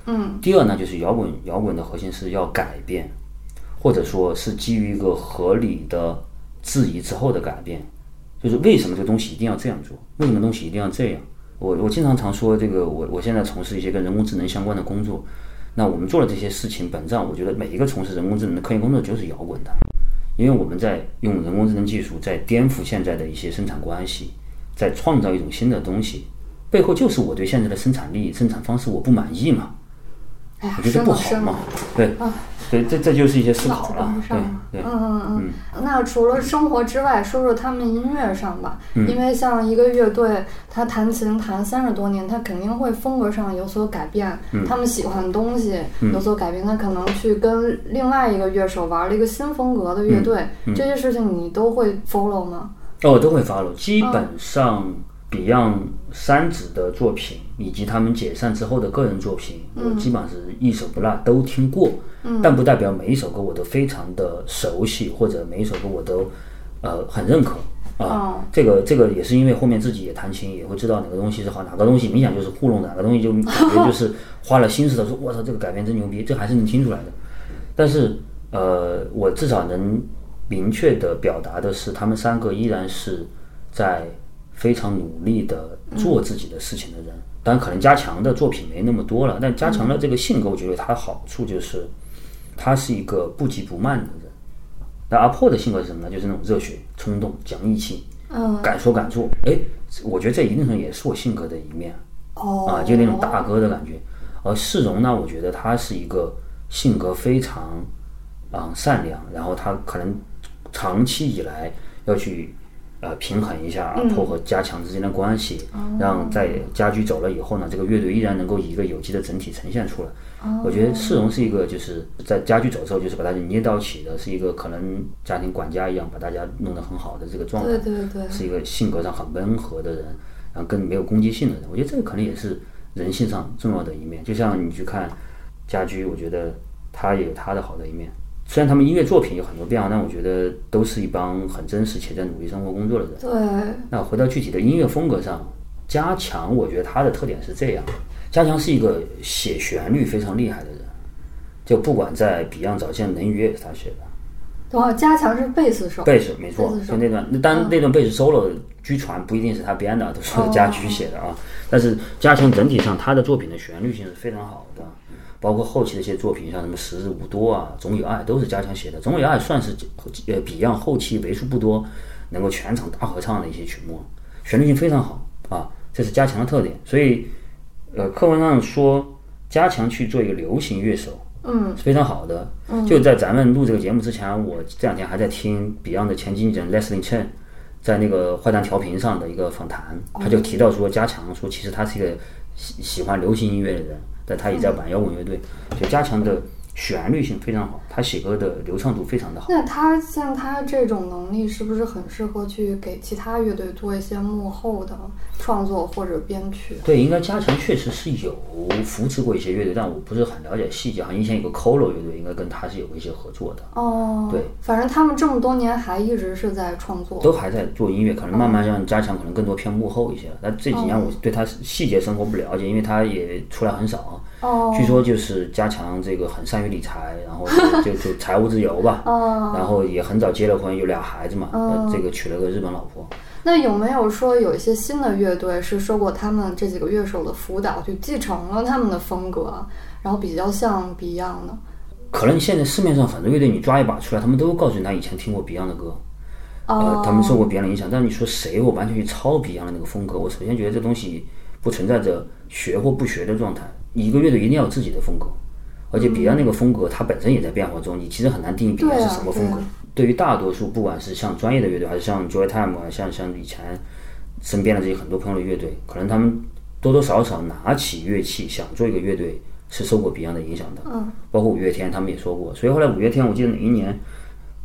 嗯。 第二呢，就是摇滚摇滚的核心是要改变，或者说是基于一个合理的质疑之后的改变，就是为什么这个东西一定要这样做，为什么东西一定要这样。我我经常常说这个，我我现在从事一些跟人工智能相关的工作，那我们做的这些事情，本质上我觉得每一个从事人工智能的科研工作就是摇滚的，因为我们在用人工智能技术在颠覆现在的一些生产关系，在创造一种新的东西，背后就是我对现在的生产力、生产方式我不满意嘛， 哎呀， 我觉得不好嘛，对，对，这这就是一些思考了，对对， 嗯嗯嗯。那除了生活之外，说说他们音乐上吧， 嗯、 因为像一个乐队，他弹琴弹三十多年，他肯定会风格上有所改变， 嗯、 他们喜欢的东西有所改变，他可能去跟另外一个乐手玩了一个新风格的乐队， 嗯嗯、 这些事情你都会 follow 吗？ 哦，都会 follow， 基本上。Beyond 三子的作品以及他们解散之后的个人作品， 嗯、 我基本上是一首不落都听过， 嗯、 但不代表每一首歌我都非常的熟悉，或者每一首歌我都呃很认可啊。 哦、 这个这个也是因为后面自己也弹琴，也会知道哪个东西是好，哪个东西明显就是糊弄，哪个东西就感觉就是花了心思的说，我操，这个改编真牛逼，这还是能听出来的。但是呃，我至少能明确的表达的是，他们三个依然是在非常努力的做自己的事情的人，当然可能加强的作品没那么多了，但加强了这个性格，我觉得它的好处就是他是一个不急不慢的人。那阿破的性格是什么呢？就是那种热血、冲动、讲义气， 嗯， 敢说敢做。哎，我觉得这一定程度也是我性格的一面， 哦， 啊，就那种大哥的感觉。而世荣呢，我觉得他是一个性格非常啊、嗯、善良，然后他可能长期以来要去。呃，平衡一下阿破和加强之间的关系， 嗯、 让在家驹走了以后呢，这个乐队依然能够以一个有机的整体呈现出来。 哦、 我觉得世荣是一个就是在家驹走之后，就是把大家捏到起的，是一个可能家庭管家一样把大家弄得很好的这个状态。 对对对， 是一个性格上很温和的人，然后更没有攻击性的人。我觉得这个可能也是人性上重要的一面。就像你去看家驹，我觉得他也有他的好的一面。虽然他们音乐作品有很多变化，但我觉得都是一帮很真实且在努力生活工作的人。 对。 那回到具体的音乐风格上，加强我觉得他的特点是这样：加强是一个写旋律非常厉害的人，就不管在 Beyond 早期的《能雨》也是他写的。 哇，加强是贝斯手。 贝斯没错，就那段，当然那段贝斯 solo 据传不一定是他编的，都是家驹写的啊。哦、但是加强整体上他的作品的旋律性是非常好的。包括后期的一些作品，像什么《时日无多》啊，《总有爱》都是加强写的。《总有爱》算是呃 Beyond 后期为数不多能够全场大合唱的一些曲目，旋律性非常好啊，这是加强的特点。所以，呃，课文上说加强去做一个流行乐手， 嗯， 是非常好的。 嗯， 就在咱们录这个节目之前，我这两天还在听 Beyond 的前经纪人 Leslie Chen 在那个坏蛋调频上的一个访谈，他就提到说，加强说其实他是一个喜喜欢流行音乐的人。但他也在玩摇滚乐队，就加强的旋律性非常好，他写歌的流畅度非常的好。 那他像他这种能力，是不是很适合去给其他乐队做一些幕后的创作或者编曲？ 对，应该加强确实是有扶持过一些乐队，但我不是很了解细节。好像以前有个 Colo 乐队，应该跟他是有过一些合作的。 哦， 对， 反正他们这么多年还一直是在创作， 都还在做音乐，可能慢慢让加强可能更多偏幕后一些了。但这几年我对他细节生活不了解，因为他也出来很少。 哦， 据说就是加强这个很善于理财，然后就就就财务自由吧。 哦， 然后也很早结了婚，有俩孩子嘛。 哦， 这个娶了个日本老婆。 那有没有说有一些新的乐队是受过他们这几个乐手的辅导，就继承了他们的风格，然后比较像 Beyond 的？ 可能现在市面上很多乐队，你抓一把出来，他们都告诉你他以前听过 Beyond 的歌。 哦， 呃，他们受过 Beyond 的影响。但你说谁我完全去抄 Beyond 的那个风格，我首先觉得这东西不存在着学或不学的状态。一个乐队一定要有自己的风格，而且 Beyond 那个风格它本身也在变化中，你其实很难定义 Beyond 是什么风格。对于大多数不管是像专业的乐队，还是像 Joytime 啊，像像以前身边的这些很多朋友的乐队，可能他们多多少少拿起乐器想做一个乐队是受过 Beyond 的影响的。 嗯， 包括五月天他们也说过。所以后来五月天我记得哪一年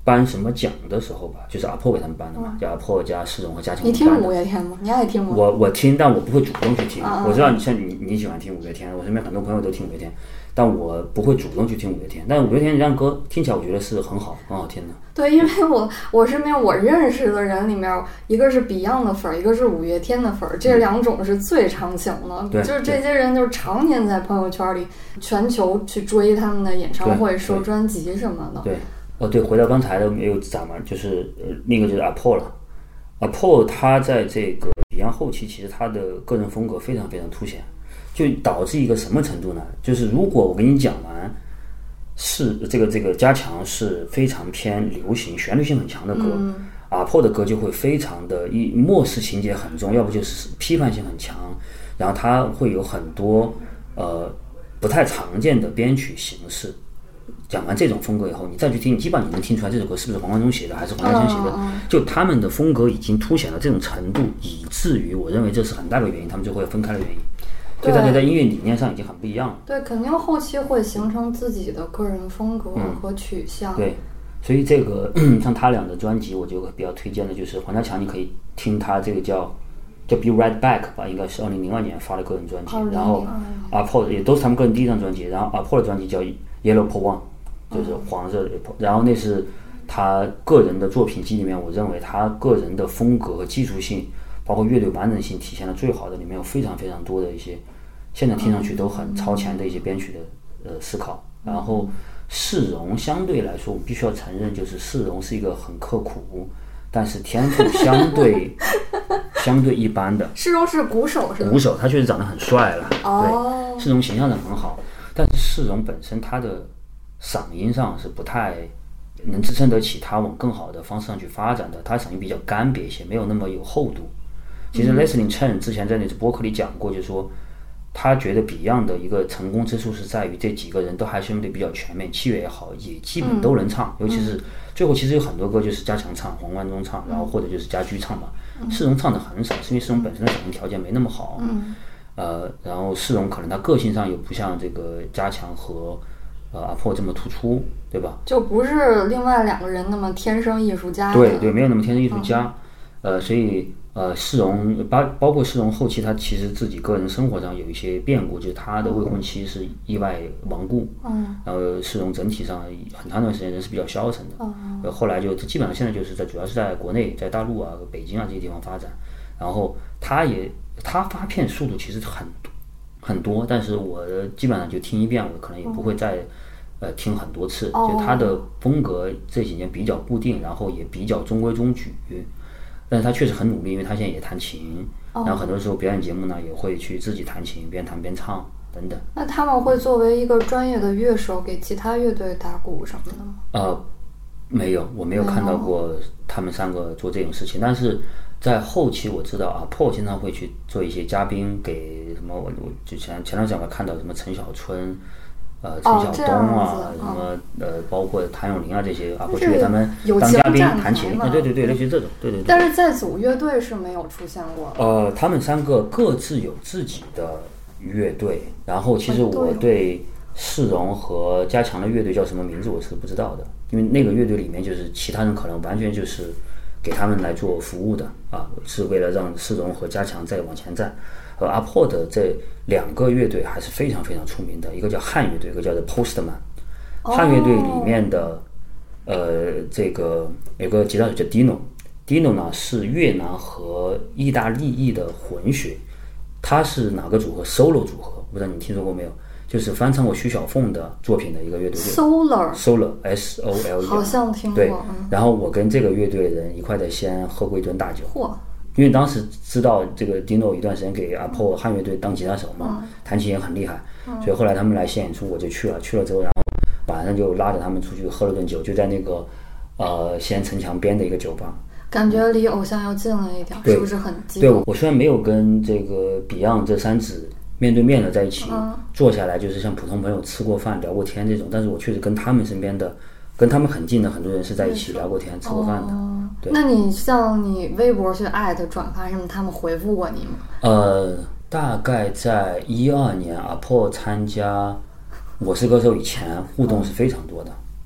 颁什么奖的时候吧，就是阿破给他们颁的嘛，叫阿破加世荣和嘉庆。 你听五月天吗？你爱听吗？ 我我听，但我不会主动去听。 啊、 我知道你像你你喜欢听五月天，我身边很多朋友都听五月天，但我不会主动去听五月天。但五月天这样歌听起来，我觉得是很好很好听的。 对，因为我我身边我认识的人里面，一个是 Beyond 的粉儿，一个是五月天的粉儿，这两种是最常情的。 对， 就是这些人就是常年在朋友圈里全球去追他们的演唱会、收专辑什么的。 对。哦，对，回到刚才的没有讲完，就是呃，那个就是阿破了。阿破他在这个 Beyond 后期，其实他的个人风格非常非常凸显，就导致一个什么程度呢？就是如果我跟你讲完是这个这个加强是非常偏流行、旋律性很强的歌， 嗯、 阿破的歌就会非常的一末世情节很重，要不就是批判性很强，然后他会有很多呃不太常见的编曲形式。讲完这种风格以后，你再去听，你基本上你能听出来这首歌是不是黄贯中写的，还是黄家千写的。就他们的风格已经凸显了这种程度，以至于我认为这是很大的原因，他们就会分开的原因。所以大家在音乐理念上已经很不一样了。 对，肯定后期会形成自己的个人风格和取向。 嗯、对，所以这个像他俩的专辑，我就比较推荐的就是黄家强，你可以听他这个叫叫 Be Right Back 吧，应该是二零零二年发的个人专辑。然后阿破也都是他们个人第一张专辑，然后阿破的专辑叫 Yellow Pole One。就是黄色的，然后那是他个人的作品集里面，我认为他个人的风格和技术性，包括乐队完整性体现的最好的，里面有非常非常多的一些，现在听上去都很超前的一些编曲的呃思考。然后世荣相对来说，我必须要承认，就是世荣是一个很刻苦，但是天赋相对相对一般的。 世荣是鼓手是吧？ 鼓手，他确实长得很帅了， 哦、 对，世荣形象是很好，但是世荣本身他的嗓音上是不太能支撑得起他往更好的方式上去发展的，他嗓音比较干瘪一些，没有那么有厚度。其实 Leslie Chen 之前在那次播客里讲过，就是说他觉得 Beyond 的一个成功之处是在于这几个人都还是相对比较全面，器乐也好，也基本都能唱， 嗯、 尤其是最后其实有很多歌就是加强唱，黄贯中唱，然后或者就是家驹唱吧。世荣唱的很少，是因为世荣本身的嗓音条件没那么好。 嗯、 呃，然后世荣可能他个性上也不像这个加强和呃，阿破这么突出，对吧？ 就不是另外两个人那么天生艺术家。 对对，没有那么天生艺术家。嗯、呃，所以呃，世荣包包括世荣后期，他其实自己个人生活上有一些变故，就是他的未婚妻是意外亡故。嗯。然后世荣整体上很长一段时间人是比较消沉的。嗯。呃，后来就基本上现在就是在主要是在国内，在大陆啊、北京啊这些地方发展。然后他也他发片速度其实很很多，但是我基本上就听一遍，我可能也不会再。呃，听很多次，就他的风格这几年比较固定，然后也比较中规中矩，但是他确实很努力，因为他现在也弹琴，然后很多时候表演节目呢也会去自己弹琴，边弹边唱等等。 那他们会作为一个专业的乐手给其他乐队打鼓什么的吗？呃， 没有，我没有看到过他们三个做这种事情，但是在后期我知道啊 Paul 经常会去做一些嘉宾给什么，我我就前前段时间我看到什么陈小春。呃，陈晓东啊， 哦、 什么呃，包括谭咏麟啊这些啊，过去给他们当嘉宾弹琴，啊，对对对，类似于这种，对对对。 但是在组乐队是没有出现过。 呃，他们三个各自有自己的乐队，然后其实我对世荣和加强的乐队叫什么名字我是不知道的，因为那个乐队里面就是其他人可能完全就是给他们来做服务的啊，是为了让世荣和加强再往前站。和阿破的这两个乐队还是非常非常出名的，一个叫汉乐队，一个叫做 Postman。汉乐队里面的呃这个有个吉他手叫 Dino，Dino 呢是越南和意大利裔的混血，他是哪个组合 ？Solo 组合，不知道你听说过没有？就是翻唱过徐小凤的作品的一个乐队。 Solar Solar S O L E， 好像听过。 对，然后我跟这个乐队的人一块在西安喝过一顿大酒。 嚯！ 因为当时知道这个 Dino 一段时间给阿破汉乐队当吉他手嘛，嗯、弹琴也很厉害，嗯、所以后来他们来现演出，我就去了。去了之后，然后晚上就拉着他们出去喝了顿酒，就在那个呃西安城墙边的一个酒吧。 感觉离偶像要近了一点，是不是很激动？对，我虽然没有跟这个 Beyond 这三子面对面的在一起、嗯、坐下来，就是像普通朋友吃过饭聊过天这种，但是我确实跟他们身边的。跟他们很近的很多人是在一起聊过天、吃过饭的。 哦、 对， 那你像你微博去艾特转发什么，他们回复过你吗？ 呃，大概在一二年阿破参加《我是歌手》以前，互动是非常多的。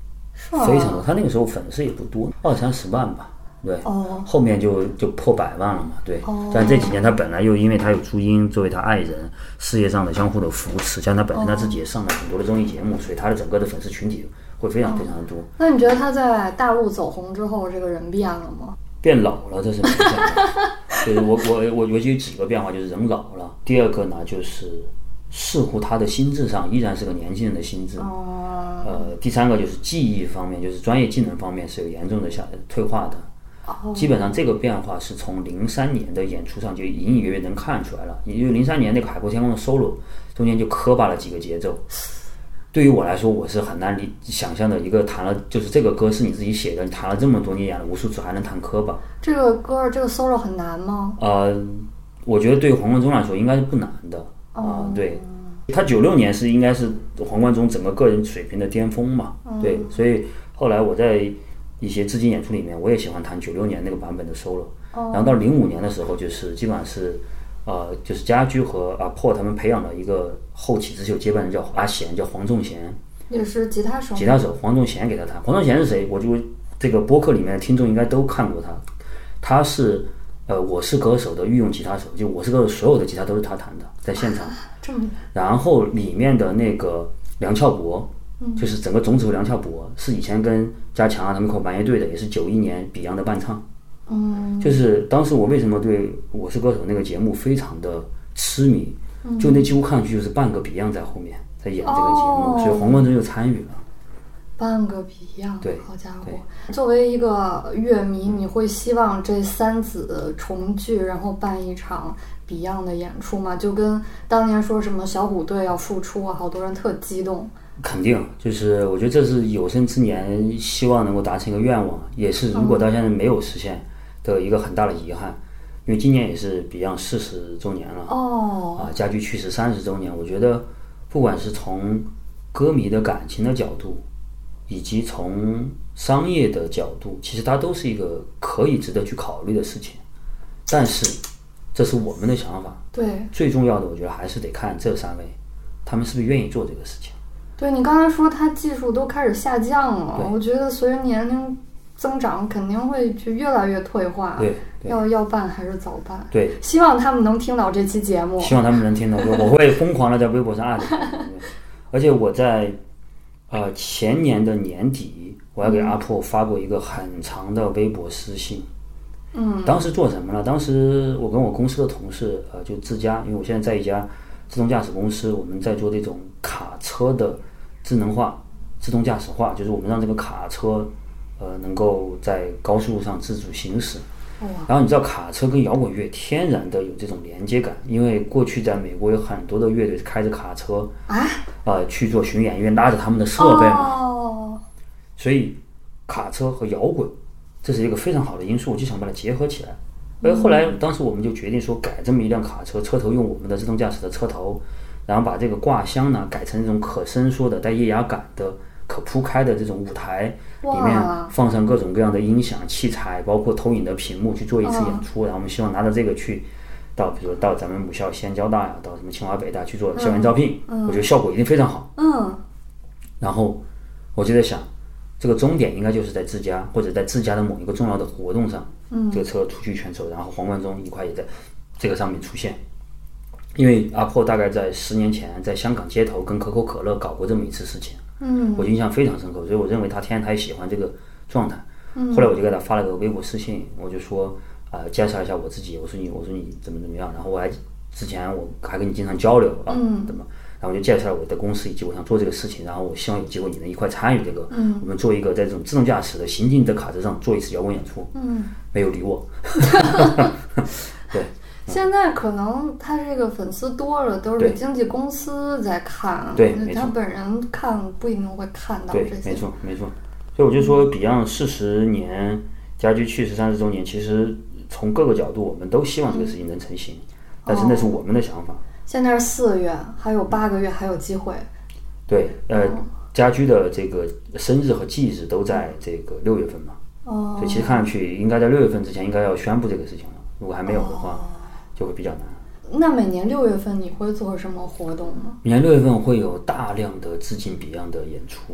吗非常多。他那个时候粉丝也不多，二三十万吧。对， 哦后面就就破百万了嘛。对， 哦但这几年他本来又因为他有朱茵作为他爱人，事业上的相互的扶持，加上他本身他自己也上了很多的综艺节目，所以他的整个的粉丝群体会非常非常的多。 那你觉得他在大陆走红之后，这个人变了吗？ 变老了，这是明显的。就是我我我我觉得有几个变化，就是人老了。第二个呢，就是似乎他的心智上依然是个年轻人的心智。 哦， 呃，第三个就是技艺方面，就是专业技能方面是有严重的下退化的。 哦基本上这个变化是从零三年的演出上就隐隐约约能看出来了。因为零三年那个《海阔天空》的 solo 中间就磕巴了几个节奏。对于我来说，我是很难理想象的一个弹了，就是这个歌是你自己写的，你弹了这么多年，演了无数次，还能弹磕巴。 这个歌这个 solo 很难吗？ 呃，我觉得对于黄贯中来说应该是不难的啊、呃。对，他九六年是应该是黄贯中整个个人水平的巅峰嘛。对，所以后来我在一些致敬演出里面，我也喜欢弹九六年那个版本的 solo。然后到零五年的时候，就是基本上是。呃，就是家驹和阿破他们培养了一个后起之秀接班人，叫阿贤，叫黄仲贤， 也是吉他手。 吉他手黄仲贤给他弹。黄仲贤是谁？我就这个播客里面的听众应该都看过他。他是呃，我是歌手的御用吉他手，就我是歌手所有的吉他都是他弹的，在现场。 这么。 然后里面的那个梁翘柏，就是整个总指挥梁翘柏，是以前跟加强啊他们口玩乐队的，也是九一年 Beyond 的伴唱。 嗯， 就是当时我为什么对《我是歌手》那个节目非常的痴迷，就那几乎看上去就是半个 Beyond 在后面在演这个节目， 哦、 所以黄贯中就参与了。 半个 Beyond， 对， 好家伙！作为一个乐迷，你会希望这三子重聚，然后办一场 Beyond 的演出吗？就跟当年说什么小虎队要复出啊，好多人特激动。 肯定，就是我觉得这是有生之年希望能够达成一个愿望，也是如果到现在没有实现的一个很大的遗憾。因为今年也是 Beyond 四十周年了哦， 啊，家驹去世三十周年。我觉得不管是从歌迷的感情的角度，以及从商业的角度，其实它都是一个可以值得去考虑的事情。但是这是我们的想法， 对， 最重要的我觉得还是得看这三位他们是不是愿意做这个事情。 对，你刚才说他技术都开始下降了，我觉得随着年龄增长肯定会就越来越退化。 对，对要要办还是早办？ 对， 希望他们能听到这期节目。 希望他们能听到，我会疯狂的在微博上按。而且我在呃前年的年底，我还给阿破发过一个很长的微博私信。 嗯， 当时做什么呢？当时我跟我公司的同事，呃，就自家，因为我现在在一家自动驾驶公司，我们在做这种卡车的智能化、自动驾驶化，就是我们让这个卡车，呃，能够在高速路上自主行驶。然后你知道卡车跟摇滚乐天然的有这种连接感，因为过去在美国有很多的乐队开着卡车啊， 呃，去做巡演，因为拉着他们的设备嘛， 哦、 所以卡车和摇滚这是一个非常好的因素，我就想把它结合起来。而后来当时我们就决定说改这么一辆卡车，车头用我们的自动驾驶的车头，然后把这个挂箱呢改成这种可伸缩的带液压感的可铺开的这种舞台，里面放上各种各样的音响器材，包括投影的屏幕去做一次演出。然后我们希望拿着这个去到比如到咱们母校西安交大呀，到什么清华北大去做校园招聘，我觉得效果一定非常好。 嗯， 然后我就在想，这个终点应该就是在自家或者在自家的某一个重要的活动上， 嗯， 这个车出去全手，然后黄贯中一块也在这个上面出现。因为阿破大概在十年前在香港街头跟可口可乐搞过这么一次事情， 嗯， 我印象非常深刻，所以我认为他天然他也喜欢这个状态。嗯，后来我就给他发了个微博私信，我就说啊、呃，介绍一下我自己，我说你我说你怎么怎么样，然后我还之前我还跟你经常交流啊， 嗯， 怎么，然后我就介绍我的公司以及我想做这个事情，然后我希望有机会你能一块参与这个， 嗯， 我们做一个在这种自动驾驶的行进的卡车上做一次摇滚演出， 嗯， 没有理我，对。 现在可能他这个粉丝多了，都是经纪公司在看， 对， 他本人看不一定会看到这些。 对，没错，没错。所以我就说 ，Beyond 四十年，家驹去世三十周年，其实从各个角度，我们都希望这个事情能成型，嗯、但是那是我们的想法。 现在是四月，还有八个月，还有机会。 对，呃，嗯、家驹的这个生日和忌日都在这个六月份嘛， 哦， 所以其实看上去应该在六月份之前应该要宣布这个事情了。如果还没有的话。 哦， 就会比较难。 那每年六月份你会做什么活动吗？ 每年六月份会有大量的致敬 Beyond 的演出，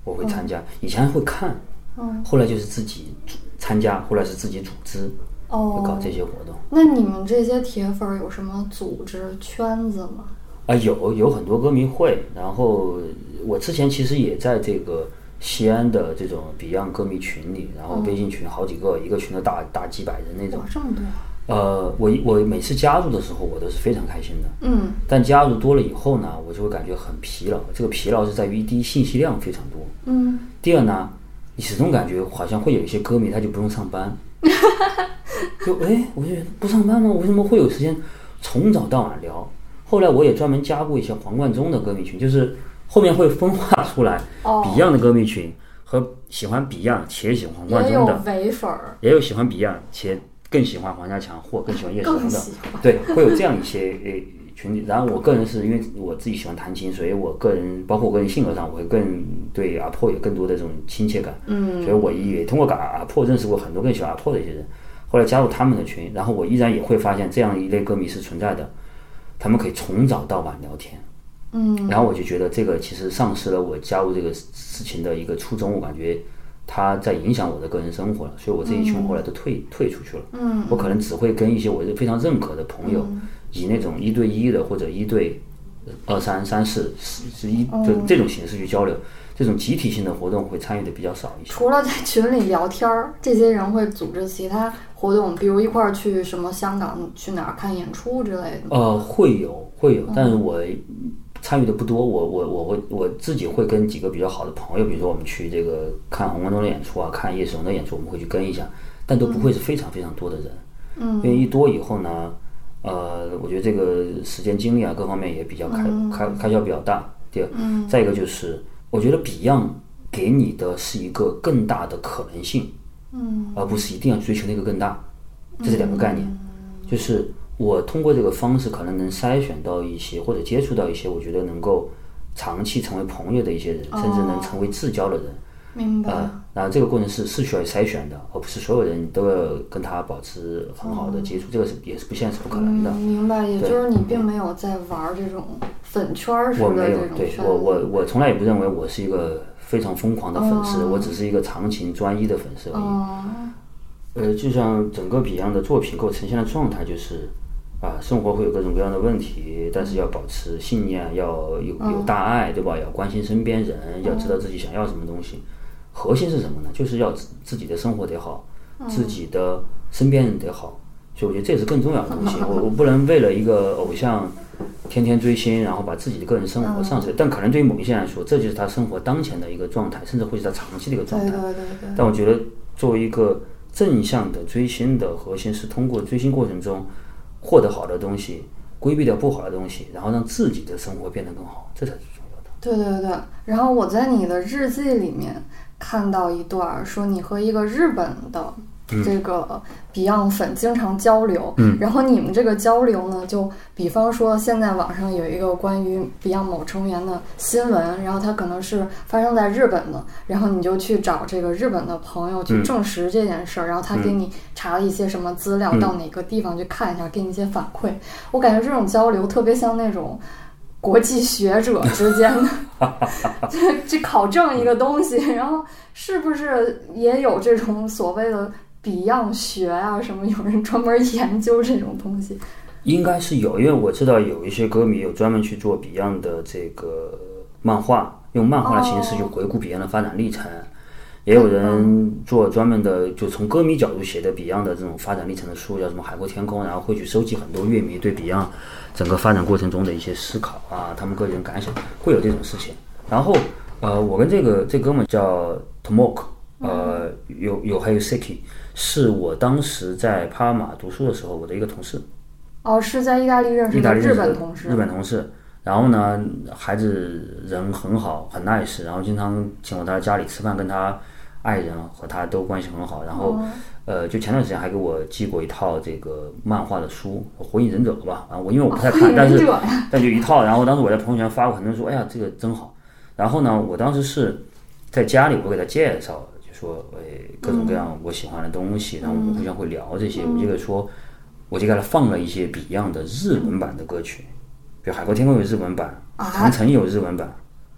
我会参加，以前会看， 嗯， 后来就是自己参加，后来是自己组织， 哦， 会搞这些活动。 那你们这些铁粉有什么组织圈子吗？ 啊，有有很多歌迷会，然后我之前其实也在这个西安的这种 Beyond 歌迷群里，然后微信群好几个，一个群的大大几百人那种。 哇，这么多！ 呃，我我每次加入的时候，我都是非常开心的。 嗯。 但加入多了以后呢，我就会感觉很疲劳。这个疲劳是在于第一，信息量非常多。 嗯。 第二呢，你始终感觉好像会有一些歌迷他就不用上班。就哎，我就不上班吗？为什么会有时间从早到晚聊？后来我也专门加过一些黄贯中的歌迷群，就是后面会分化出来 Beyond 的歌迷群和喜欢 Beyond 且喜欢黄贯中的， 也有伪粉儿， 也有喜欢 Beyond 且更喜欢黄家强或更喜欢叶世荣的，对，会有这样一些呃群体。然后我个人是因为我自己喜欢弹琴，所以我个人包括我个人性格上，我会更对阿破有更多的这种亲切感。嗯，所以我也通过阿破认识过很多更喜欢阿破的一些人，后来加入他们的群，然后我依然也会发现这样一类歌迷是存在的。他们可以从早到晚聊天，嗯，然后我就觉得这个其实丧失了我加入这个事情的一个初衷，我感觉它在影响我的个人生活了，所以我这一群后来都退、嗯、退出去了，嗯，我可能只会跟一些我非常认可的朋友，嗯、以那种一对一的或者一对二三三四十一就这种形式去交流。这种集体性的活动会参与的比较少一些。 除了在群里聊天儿，这些人会组织其他活动，比如一块儿去什么香港去哪儿看演出之类的。 呃，会有会有，但是我参与的不多。我我我会我自己会跟几个比较好的朋友，比如说我们去这个看黄贯中的演出啊，看叶世荣的演出，我们会去跟一下，但都不会是非常非常多的人。嗯，因为一多以后呢，呃，我觉得这个时间精力啊各方面也比较开开开销比较大。第二，嗯，再一个就是。我觉得 Beyond 给你的是一个更大的可能性，嗯，而不是一定要追求那个更大，这是两个概念。嗯、就是我通过这个方式，可能能筛选到一些或者接触到一些我觉得能够长期成为朋友的一些人，哦、甚至能成为至交的人。 明白。 呃，然后这个过程是是需要筛选的，而不是所有人都要跟他保持很好的接触，嗯、这个是也是不现实、不可能的。 嗯、明白，也就是你并没有在玩这种粉圈式的这种圈子。 我没有，对我我我从来也不认为我是一个非常疯狂的粉丝，哦、我只是一个长情专一的粉丝而已。哦、呃，就像整个 Beyond 的作品给我呈现的状态就是。啊，生活会有各种各样的问题，但是要保持信念，要有有大爱，对吧？要关心身边人，要知道自己想要什么东西。核心是什么呢？就是要自己的生活得好，自己的身边人得好。所以我觉得这是更重要的东西。我我不能为了一个偶像天天追星，然后把自己的个人生活上去。但可能对于某一些人来说，这就是他生活当前的一个状态，甚至会是他长期的一个状态。 对对对对。 但我觉得作为一个正向的追星的核心是通过追星过程中。获得好的东西，规避掉不好的东西，然后让自己的生活变得更好，这才是重要的。 对对对，然后我在你的日记里面看到一段，说你和一个日本的这个 Beyond 粉经常交流，嗯，然后你们这个交流呢，就比方说现在网上有一个关于 Beyond 某成员的新闻，然后它可能是发生在日本的，然后你就去找这个日本的朋友去证实这件事儿，嗯、然后他给你查了一些什么资料，嗯、到哪个地方去看一下，给你一些反馈。我感觉这种交流特别像那种国际学者之间的去考证一个东西，然后是不是也有这种所谓的Beyond 学啊什么，有人专门研究这种东西？ 应该是有，因为我知道有一些歌迷有专门去做 Beyond 的这个漫画，用漫画的形式去回顾 Beyond 的发展历程，哦、也有人做专门的就从歌迷角度写的 Beyond 的这种发展历程的书，叫什么《海阔天空》，然后会去收集很多乐迷对 Beyond 整个发展过程中的一些思考啊，他们个人感想，会有这种事情。然后呃，我跟这个这哥们叫 Tomok， 呃，有有还有 Seki。是我当时在帕尔马读书的时候，我的一个同事。 哦，是在意大利认识的日本同事。 日本同事，然后呢，孩子人很好，很 nice， 然后经常请我到他家里吃饭，跟他爱人和他都关系很好。然后，哦、呃，就前段时间还给我寄过一套这个漫画的书，《火影忍者》吧。啊，我因为我不太看， 哦、 但是但就一套。然后当时我在朋友圈发过，很多人说：“哎呀，这个真好。”然后呢，我当时是在家里，我给他介绍。说诶各种各样我喜欢的东西，嗯、然后我们互相会聊这些。嗯、我就给说，我就给他放了一些 Beyond 的日文版的歌曲，比如《海阔天空》有日文版，啊《长城》有日文版，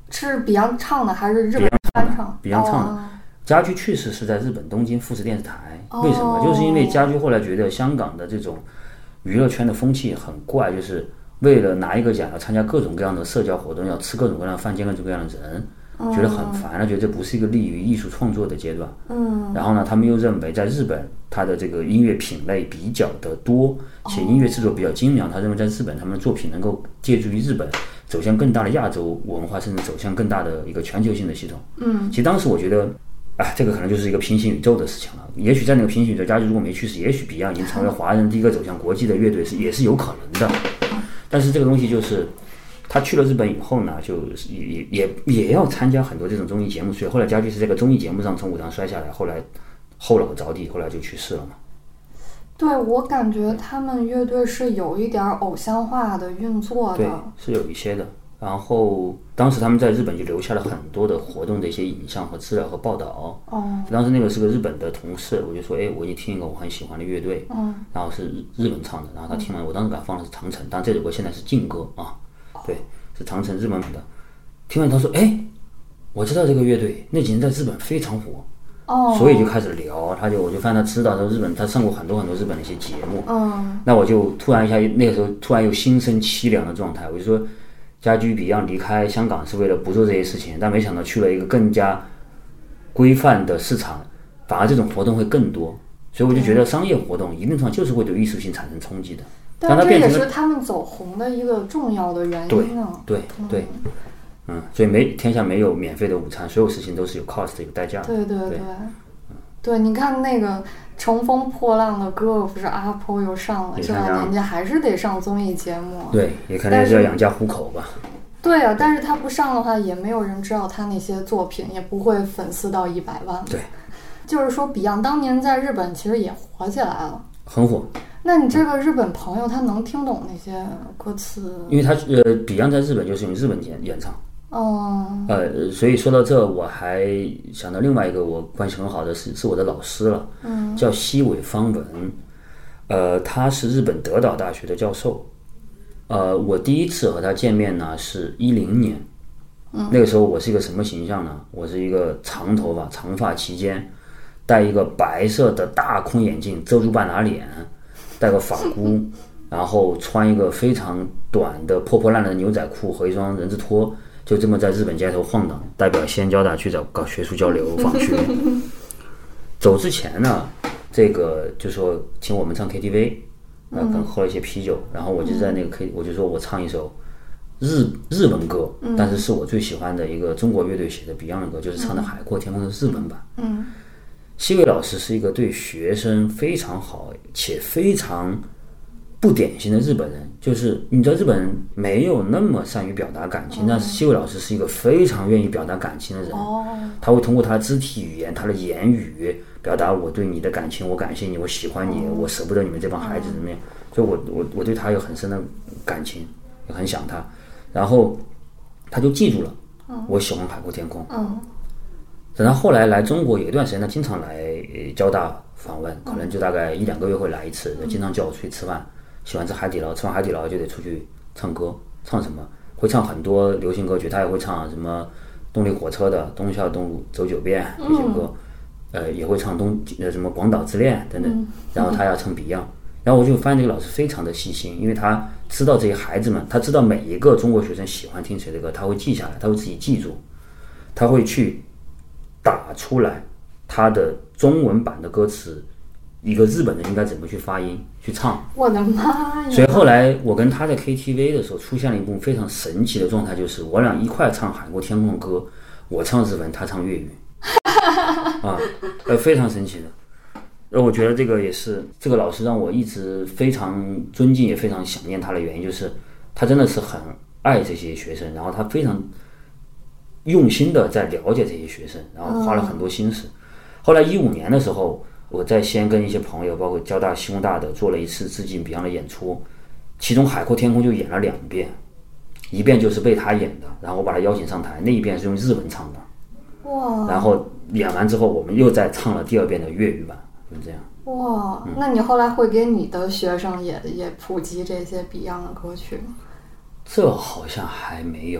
是 Beyond 唱的还是日本翻唱 ？Beyond 唱的。 哦家驹去世是在日本东京富士电视台， 哦为什么？就是因为家驹后来觉得香港的这种娱乐圈的风气很怪，就是为了拿一个奖要参加各种各样的社交活动，要吃各种各样的饭，见各种各样的人，觉得很烦了，觉得这不是一个利于艺术创作的阶段。 嗯， 然后呢，他们又认为在日本，它的这个音乐品类比较的多，且音乐制作比较精良。他认为在日本，他们的作品能够借助于日本走向更大的亚洲文化，甚至走向更大的一个全球性的系统。 嗯， 其实当时我觉得。哎，这个可能就是一个平行宇宙的事情了。也许在那个平行宇宙，家驹如果没去世，也许 Beyond 已经成为华人第一个走向国际的乐队，是也是有可能的。但是这个东西就是，他去了日本以后呢，就也也也要参加很多这种综艺节目，所以后来家驹是这个综艺节目上从舞台上摔下来，后来后脑着地，后来就去世了嘛。 对，我感觉他们乐队是有一点偶像化的运作的， 对，是有一些的。然后当时他们在日本就留下了很多的活动的一些影像和资料和报道。 哦， 当时那个是个日本的同事，我就说，哎，我已经听一个我很喜欢的乐队， 嗯， 然后是日本唱的，然后他听完，我当时给他放的是长城，但这首歌现在是劲歌啊，对，是长城日本版的。听完他说，哎，我知道这个乐队，那几年在日本非常火。 哦， 所以就开始聊，他就我就发现他知道，说日本他上过很多很多日本的一些节目。 嗯， 那我就突然一下，那个时候突然又心生凄凉的状态，我就说。家驹 Beyond 离开香港是为了不做这些事情，但没想到去了一个更加规范的市场，反而这种活动会更多，所以我就觉得商业活动一定上就是会对艺术性产生冲击的。 但这也是他们走红的一个重要的原因啊。 对对对，嗯，所以没天下没有免费的午餐，所有事情都是有 cost 有代价的。 对对对， 对， 对，你看那个乘风破浪的哥哥，不是阿婆又上了，这把年纪还是得上综艺节目。 对，也可能是要养家糊口吧。 对啊，但是他不上的话，也没有人知道他那些作品，也不会粉丝到一百万。 对， 就是说 Beyond 当年在日本其实也火起来了， 很火。 那你这个日本朋友他能听懂那些歌词？ 因为他呃 Beyond 在日本就是用日本演演唱。 哦， 呃，所以说到这，我还想到另外一个我关系很好的是是我的老师了， 嗯， 叫西尾方文，呃，他是日本德岛大学的教授，呃，我第一次和他见面呢是一零年，嗯，那个时候我是一个什么形象呢？我是一个长头发、长发齐肩，戴一个白色的大空眼镜遮住半拉脸，戴个发箍，然后穿一个非常短的破破烂烂的牛仔裤和一双人字拖。就这么在日本街头晃荡，代表西安交大去找搞学术交流访学。走之前呢，这个就说请我们唱 K T V， 呃，跟喝了一些啤酒，然后我就在那个 K， 我就说我唱一首日日文歌，但是是我最喜欢的一个中国乐队写的 Beyond 的歌，就是唱的《海阔天空》的日本版。 嗯， 西尾老师是一个对学生非常好且非常不典型的日本人，就是你知道日本人没有那么善于表达感情，但是西尾老师是一个非常愿意表达感情的人。他会通过他的肢体语言、他的言语表达我对你的感情，我感谢你，我喜欢你，我舍不得你们这帮孩子怎么样。所以我我我对他有很深的感情，也很想他。然后他就记住了我喜欢海阔天空。 嗯， 等他后来来中国有一段时间，他经常来交大访问，可能就大概一两个月会来一次，经常叫我出去吃饭。喜欢吃海底捞，吃完海底捞就得出去唱歌，唱什么？会唱很多流行歌曲，他也会唱什么动力火车的《忠孝东路走九遍》这些歌，嗯、呃，也会唱东呃什么《广岛之恋》等等。 嗯、 然后他要唱 Beyond，然后我就发现这个老师非常的细心，因为他知道这些孩子们，他知道每一个中国学生喜欢听谁的歌，他会记下来，他会自己记住，他会去打出来他的中文版的歌词。一个日本人应该怎么去发音去唱？ 我的妈呀！ 所以后来我跟他在 K T V 的时候，出现了一部非常神奇的状态，就是我俩一块唱《海阔天空》的歌，我唱日文，他唱粤语，啊，呃，非常神奇的。呃，我觉得这个也是这个老师让我一直非常尊敬，也非常想念他的原因，就是他真的是很爱这些学生，然后他非常用心的在了解这些学生，然后花了很多心思。后来一五年的时候。我在西安跟一些朋友，包括交大、西工大的，做了一次致敬 Beyond 的演出，其中《海阔天空》就演了两遍，一遍就是被他演的，然后我把他邀请上台，那一遍是用日文唱的， 哇！ 然后演完之后，我们又再唱了第二遍的粤语版，就这样。 哇！嗯、那你后来会给你的学生也也普及这些 Beyond 的歌曲吗？ 这好像还没有，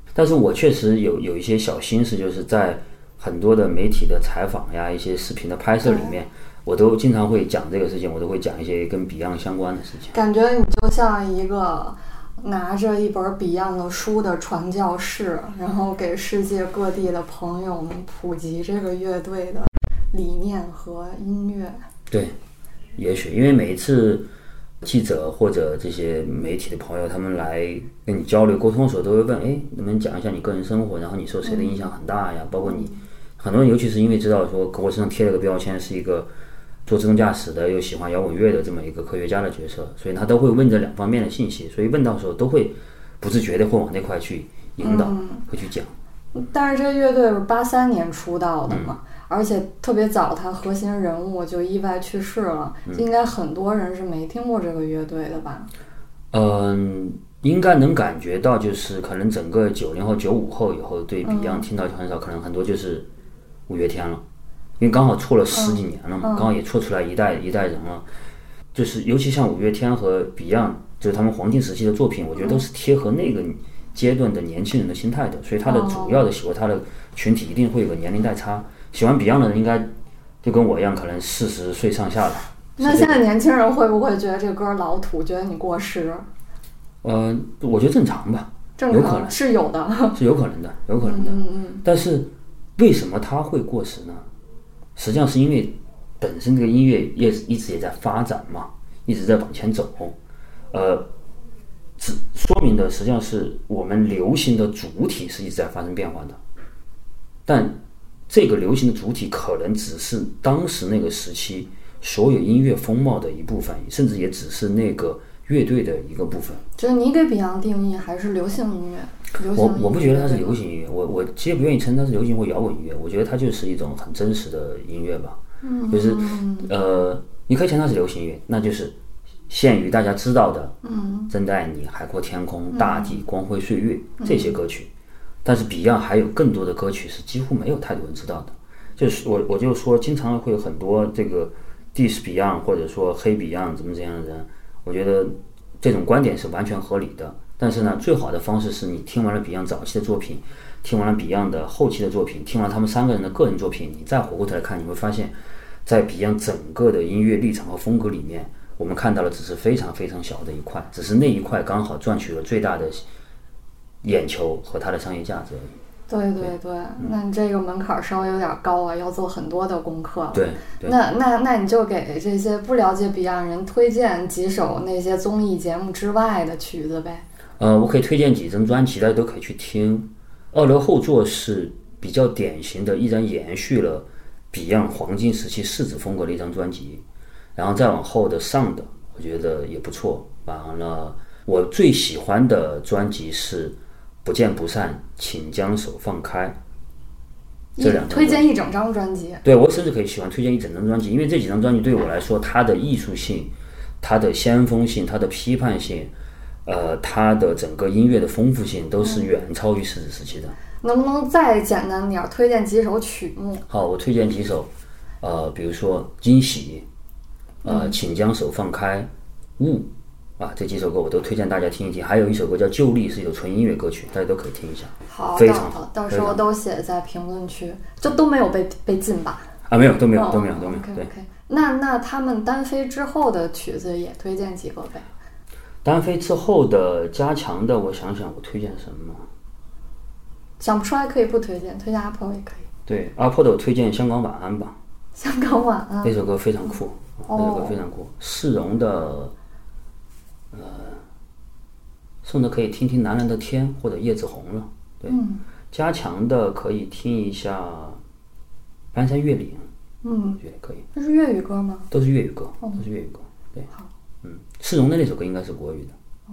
但是我确实有有一些小心思，就是在很多的媒体的采访呀、一些视频的拍摄里面，我都经常会讲这个事情，我都会讲一些跟 Beyond 相关的事情。 感觉你就像一个拿着一本 Beyond 的书的传教士，然后给世界各地的朋友们普及这个乐队的理念和音乐。 对，也许因为每一次记者或者这些媒体的朋友，他们来跟你交流沟通的时候，都会问：哎，能不能讲一下你个人生活？然后你受谁的影响很大呀？包括你很多人，尤其是因为知道说我身上贴了个标签，是一个做自动驾驶的，又喜欢摇滚乐的这么一个科学家的角色，所以他都会问这两方面的信息，所以问到的时候都会不自觉的会往那块去引导， 嗯、 会去讲。 但是这乐队是八三年出道的嘛，嗯、而且特别早，他核心人物就意外去世了，嗯、应该很多人是没听过这个乐队的吧？ 嗯，应该能感觉到，就是可能整个九零后、九五后以后对 Beyond 听到就很少，嗯、可能很多就是五月天了。因为刚好错了十几年了嘛，嗯、刚好也错出来一代一代人了，就是尤其像五月天和 Beyond， 就是他们黄金时期的作品，我觉得都是贴合那个阶段的年轻人的心态的，所以他的主要的喜欢他的群体一定会有个年龄代差。喜欢 Beyond 的人应该就跟我一样，可能四十岁上下的。 那现在年轻人会不会觉得这歌老土，觉得你过时？ 呃，我觉得正常吧， 正有可能是有的， 是有可能的，有可能的。 嗯嗯但是为什么他会过时呢？实际上是因为本身这个音乐也一直也在发展嘛，一直在往前走，呃，只说明的实际上是我们流行的主体是一直在发生变化的，但这个流行的主体可能只是当时那个时期所有音乐风貌的一部分，甚至也只是那个乐队的一个部分。 就是你给 Beyond 定义还是流行音乐？流行音乐我我不觉得它是流行音乐，我我其实不愿意称它是流行或摇滚音乐，我觉得它就是一种很真实的音乐吧。 嗯， 就是呃，你可以称它是流行音乐，那就是限于大家知道的，嗯，真的爱你、海阔天空、大地、光辉岁月这些歌曲。但是 Beyond 还有更多的歌曲是几乎没有太多人知道的。就是我我就说，经常会有很多这个 diss Beyond 或者说黑 Beyond 怎么怎样的人，我觉得这种观点是完全合理的。但是呢，最好的方式是你听完了 Beyond 早期的作品，听完了 Beyond 的后期的作品，听完他们三个人的个人作品，你再回过头来看，你会发现，在 Beyond 整个的音乐立场和风格里面，我们看到的只是非常非常小的一块，只是那一块刚好赚取了最大的眼球和它的商业价值而已。 对对对，那你这个门槛稍微有点高啊，要做很多的功课了。 对，对那那那你就给这些不了解 Beyond 人推荐几首那些综艺节目之外的曲子呗。 呃，我可以推荐几张专辑，大家都可以去听。二楼后座是比较典型的，依然延续了 Beyond 黄金时期柿子风格的一张专辑。然后再往后的 Sound， 我觉得也不错。完了，我最喜欢的专辑是不见不散，请将手放开。这两张推荐一整张专辑。 对，我甚至可以喜欢推荐一整张专辑，因为这几张专辑对我来说，它的艺术性、它的先锋性、它的批判性。呃，它的整个音乐的丰富性都是远超于柿子时期的。 能不能再简单点推荐几首曲目？ 好，我推荐几首，呃，比如说《惊喜》，呃，嗯、请将手放开，雾啊，这几首歌我都推荐大家听一听。还有一首歌叫《旧力》，是一首纯音乐歌曲，大家都可以听一下。 好， 非常好， 到时候都写在评论区，就都没有被被禁吧？ 啊，没有，都没有，都没有，都没有。 OK， 对。 Okay. 那那他们单飞之后的曲子也推荐几个呗？ 单飞之后的加强的，我想想，我推荐什么？ 想不出来可以不推荐，推荐阿婆也可以。 对，阿婆的我推荐《香港晚安》吧。 香港晚安那首歌非常酷， 哦、 那首歌非常酷。世荣的，呃，送的可以听听《男人的天》或者《叶子红了》。对， 嗯、 加强的可以听一下《翻山越岭》。 嗯， 我觉得可以。 这是粤语歌吗？ 都是粤语歌， 哦、 都是粤语歌。对， 好。 嗯，世荣的那首歌应该是国语的。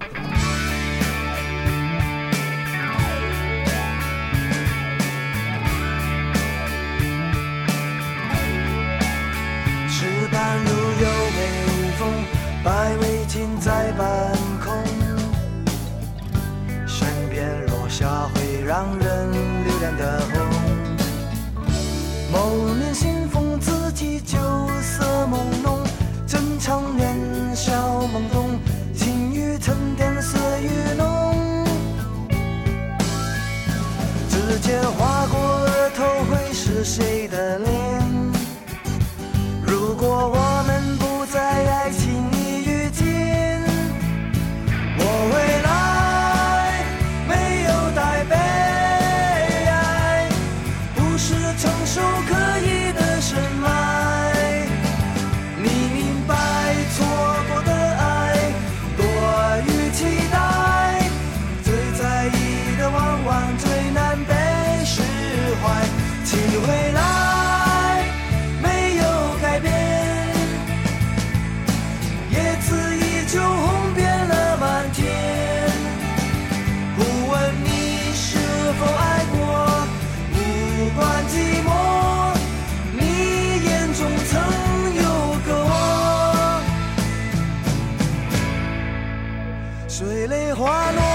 石板如有微风，百围巾在半空，身边落下会让人流连的红。某年信奉自己酒色朦胧，正常年少懵懂，情欲沉淀色欲浓。 时间划过额头会是谁的脸？如果我们不在爱情里遇见，我未来没有带悲哀，不是承受可以的深埋。你明白错过的爱多于期待，最在意的往往最难被释怀。请回来，没有改变，叶子依旧红遍了满天。不问你是否爱过，不管寂寞，你眼中曾有个我，水泪花落。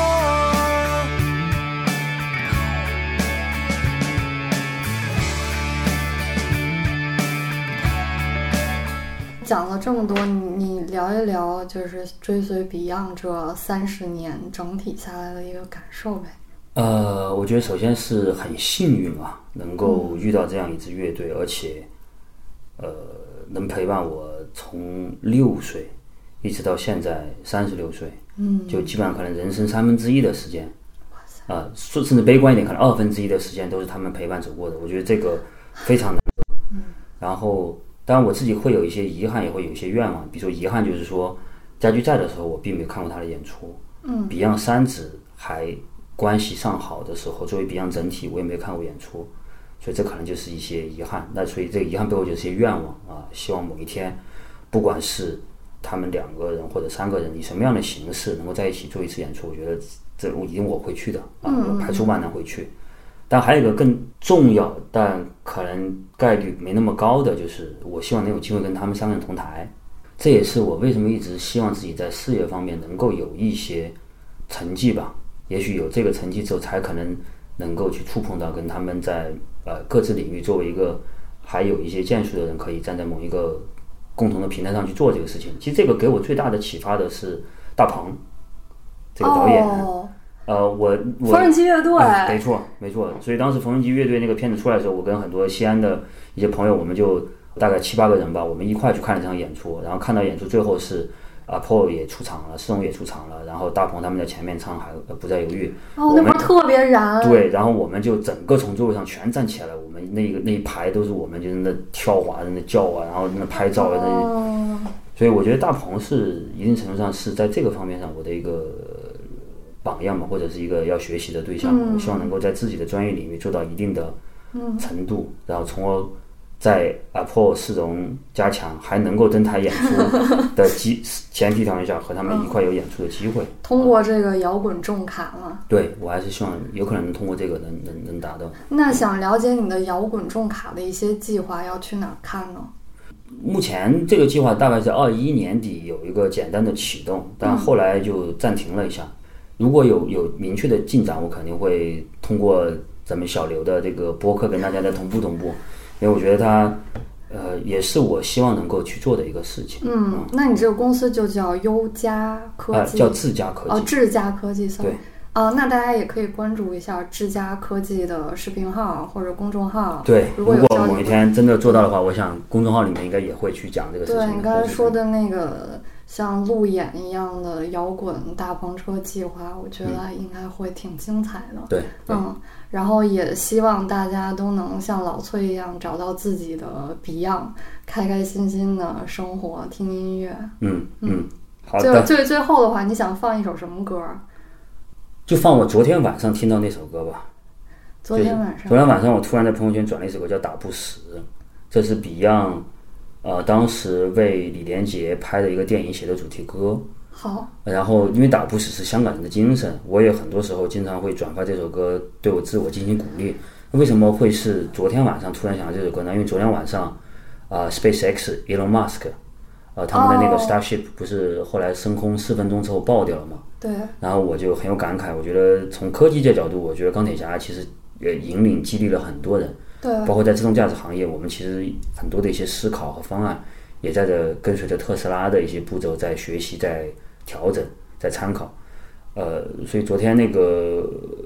讲了这么多，你你聊一聊，就是追随 Beyond 这三十年整体下来的一个感受呗。 呃，我觉得首先是很幸运啊，能够遇到这样一支乐队，而且呃能陪伴我从六岁一直到现在三十六岁，嗯，就基本上可能人生三分之一的时间，啊、呃，甚至悲观一点，可能二分之一的时间都是他们陪伴走过的。我觉得这个非常难得。嗯，然后当然我自己会有一些遗憾，也会有一些愿望。比如说遗憾就是说，家驹在的时候，我并没有看过他的演出。嗯 ，Beyond 三子还关系尚好的时候，作为 Beyond 整体，我也没有看过演出，所以这可能就是一些遗憾。那所以这个遗憾背后就是一些愿望啊，希望某一天，不管是他们两个人或者三个人以什么样的形式能够在一起做一次演出，我觉得这一定我会去的啊，我排除万难会去。但还有一个更重要但可能概率没那么高的，就是我希望能有机会跟他们三个人同台。这也是我为什么一直希望自己在事业方面能够有一些成绩吧。也许有这个成绩之后，才可能能够去触碰到跟他们在呃各自领域作为一个还有一些建树的人，可以站在某一个共同的平台上去做这个事情。其实这个给我最大的启发的是大鹏这个导演。哦呃，我我缝纫机乐队、 哎，没错没错。所以当时缝纫机乐队那个片子出来的时候，我跟很多西安的一些朋友，我们就大概七八个人吧，我们一块去看了这场演出。然后看到演出最后是啊 ，Paul 也出场了，施荣也出场了，然后大鹏他们在前面唱还呃不再犹豫。 哦，那会儿特别燃。 对，然后我们就整个从座位上全站起来了，我们那个那一排都是我们就是那跳啊，那叫啊，然后那拍照啊， 哦、 所以我觉得大鹏是一定程度上是在这个方面上我的一个榜样嘛，或者是一个要学习的对象。嗯、我希望能够在自己的专业领域做到一定的程度，嗯、然后从而在阿破世荣加强还能够登台演出的基前提条件下，和他们一块有演出的机会。嗯、 通过这个摇滚重卡嘛？ 对，我还是希望有可能能通过这个能能能达到。 那想了解你的摇滚重卡的一些计划，要去哪儿看呢？ 目前这个计划大概在二一年底有一个简单的启动，但后来就暂停了一下。如果有有明确的进展，我肯定会通过咱们小刘的这个播客跟大家再同步同步，因为我觉得它呃也是我希望能够去做的一个事情。 嗯，嗯那你这个公司就叫优佳科技， 呃、叫智佳科技。 哦，智佳科技， 对。 啊、呃，那大家也可以关注一下智佳科技的视频号或者公众号。 对， 如果有如果某一天真的做到的话，我想公众号里面应该也会去讲这个事情。 对，你刚才说的那个像路演一样的摇滚大篷车计划，我觉得应该会挺精彩的。 对， 嗯，然后也希望大家都能像老崔一样找到自己的 Beyond， 开开心心的生活，听音乐。 嗯嗯，好的。 最最最后的话，你想放一首什么歌？ 就放我昨天晚上听到那首歌吧。 昨天晚上， 昨天晚上我突然在朋友圈转了一首歌叫《打不死》，这是 Beyond， 呃，当时为李连杰拍的一个电影写的主题歌。 好。 然后因为打不死是香港人的精神，我也很多时候经常会转发这首歌，对我自我进行鼓励。为什么会是昨天晚上突然想到这首歌呢？因为昨天晚上，啊、呃、，SpaceX Elon Musk， 呃，他们的那个 Starship 不是后来升空四分钟之后爆掉了吗？ 对。 然后我就很有感慨，我觉得从科技界角度，我觉得钢铁侠其实也引领激励了很多人。 对。 包括在自动驾驶行业，我们其实很多的一些思考和方案，也在这跟随着特斯拉的一些步骤在学习、在调整、在参考。呃，所以昨天那个我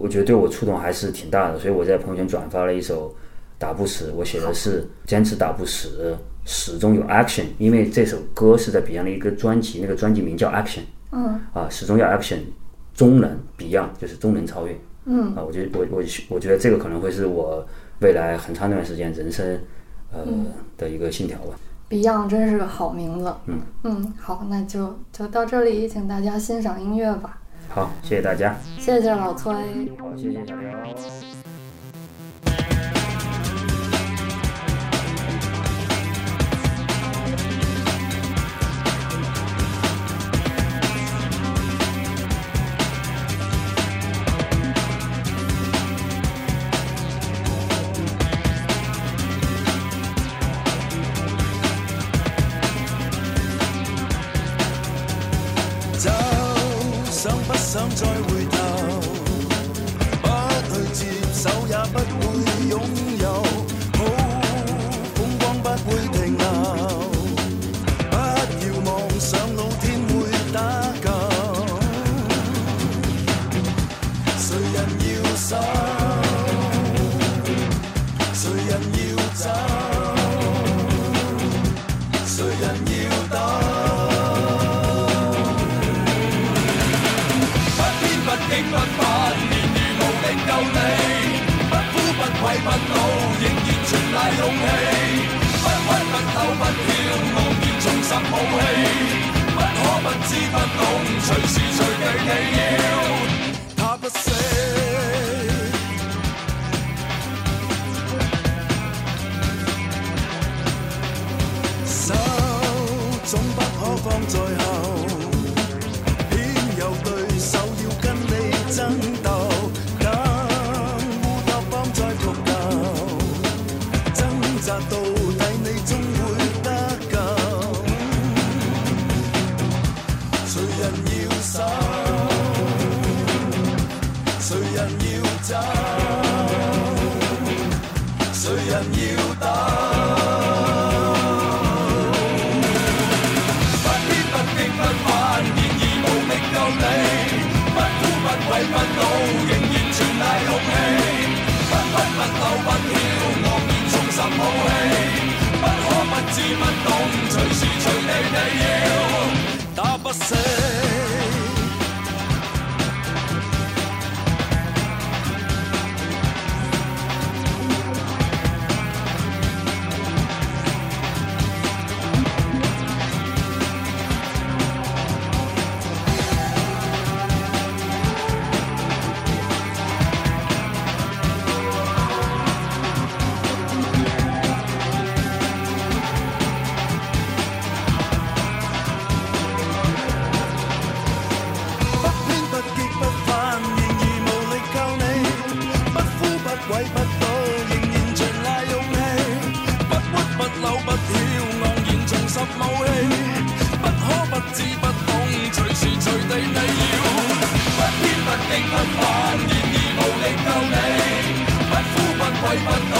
我觉得对我触动还是挺大的，所以我在朋友圈转发了一首打不死，我写的是坚持打不死，始终有 action， 因为这首歌是在 Beyond 的一个专辑，那个专辑名叫 Action， 嗯啊，始终有 action， 终能 Beyond 就是终能超越， 嗯啊，我觉得我我我觉得这个可能会是我未来很长一段时间人生呃、嗯、的一个信条吧。 Beyond 真是个好名字。 嗯嗯，好，那就就到这里，请大家欣赏音乐吧。 好，谢谢大家。 谢谢老崔。 好，谢谢小刘。 走，想不想再回頭？不去接手，也不會擁有。好風光不會停留，不要妄想老天會打救。誰人要守？誰人要走？誰人要等？不驚不怕，年如無力救你，不哭不跪不倒，仍然全賴勇氣，不屈不抖不跳，昂然重拾武器，不可不知不懂，隨時隨地你要他不死。手總不可放在後，偏有對手要跟你爭鬥，等烏托邦再復舊，掙扎到底你終會得救。誰人要守？誰人要走？誰人要等？不跪不倒，仍然全賴勇氣，不屈不抖不跳，昂然重拾武器，不可不知不懂，隨時隨地你要打不死。不反，然而無力救你，不呼不跪不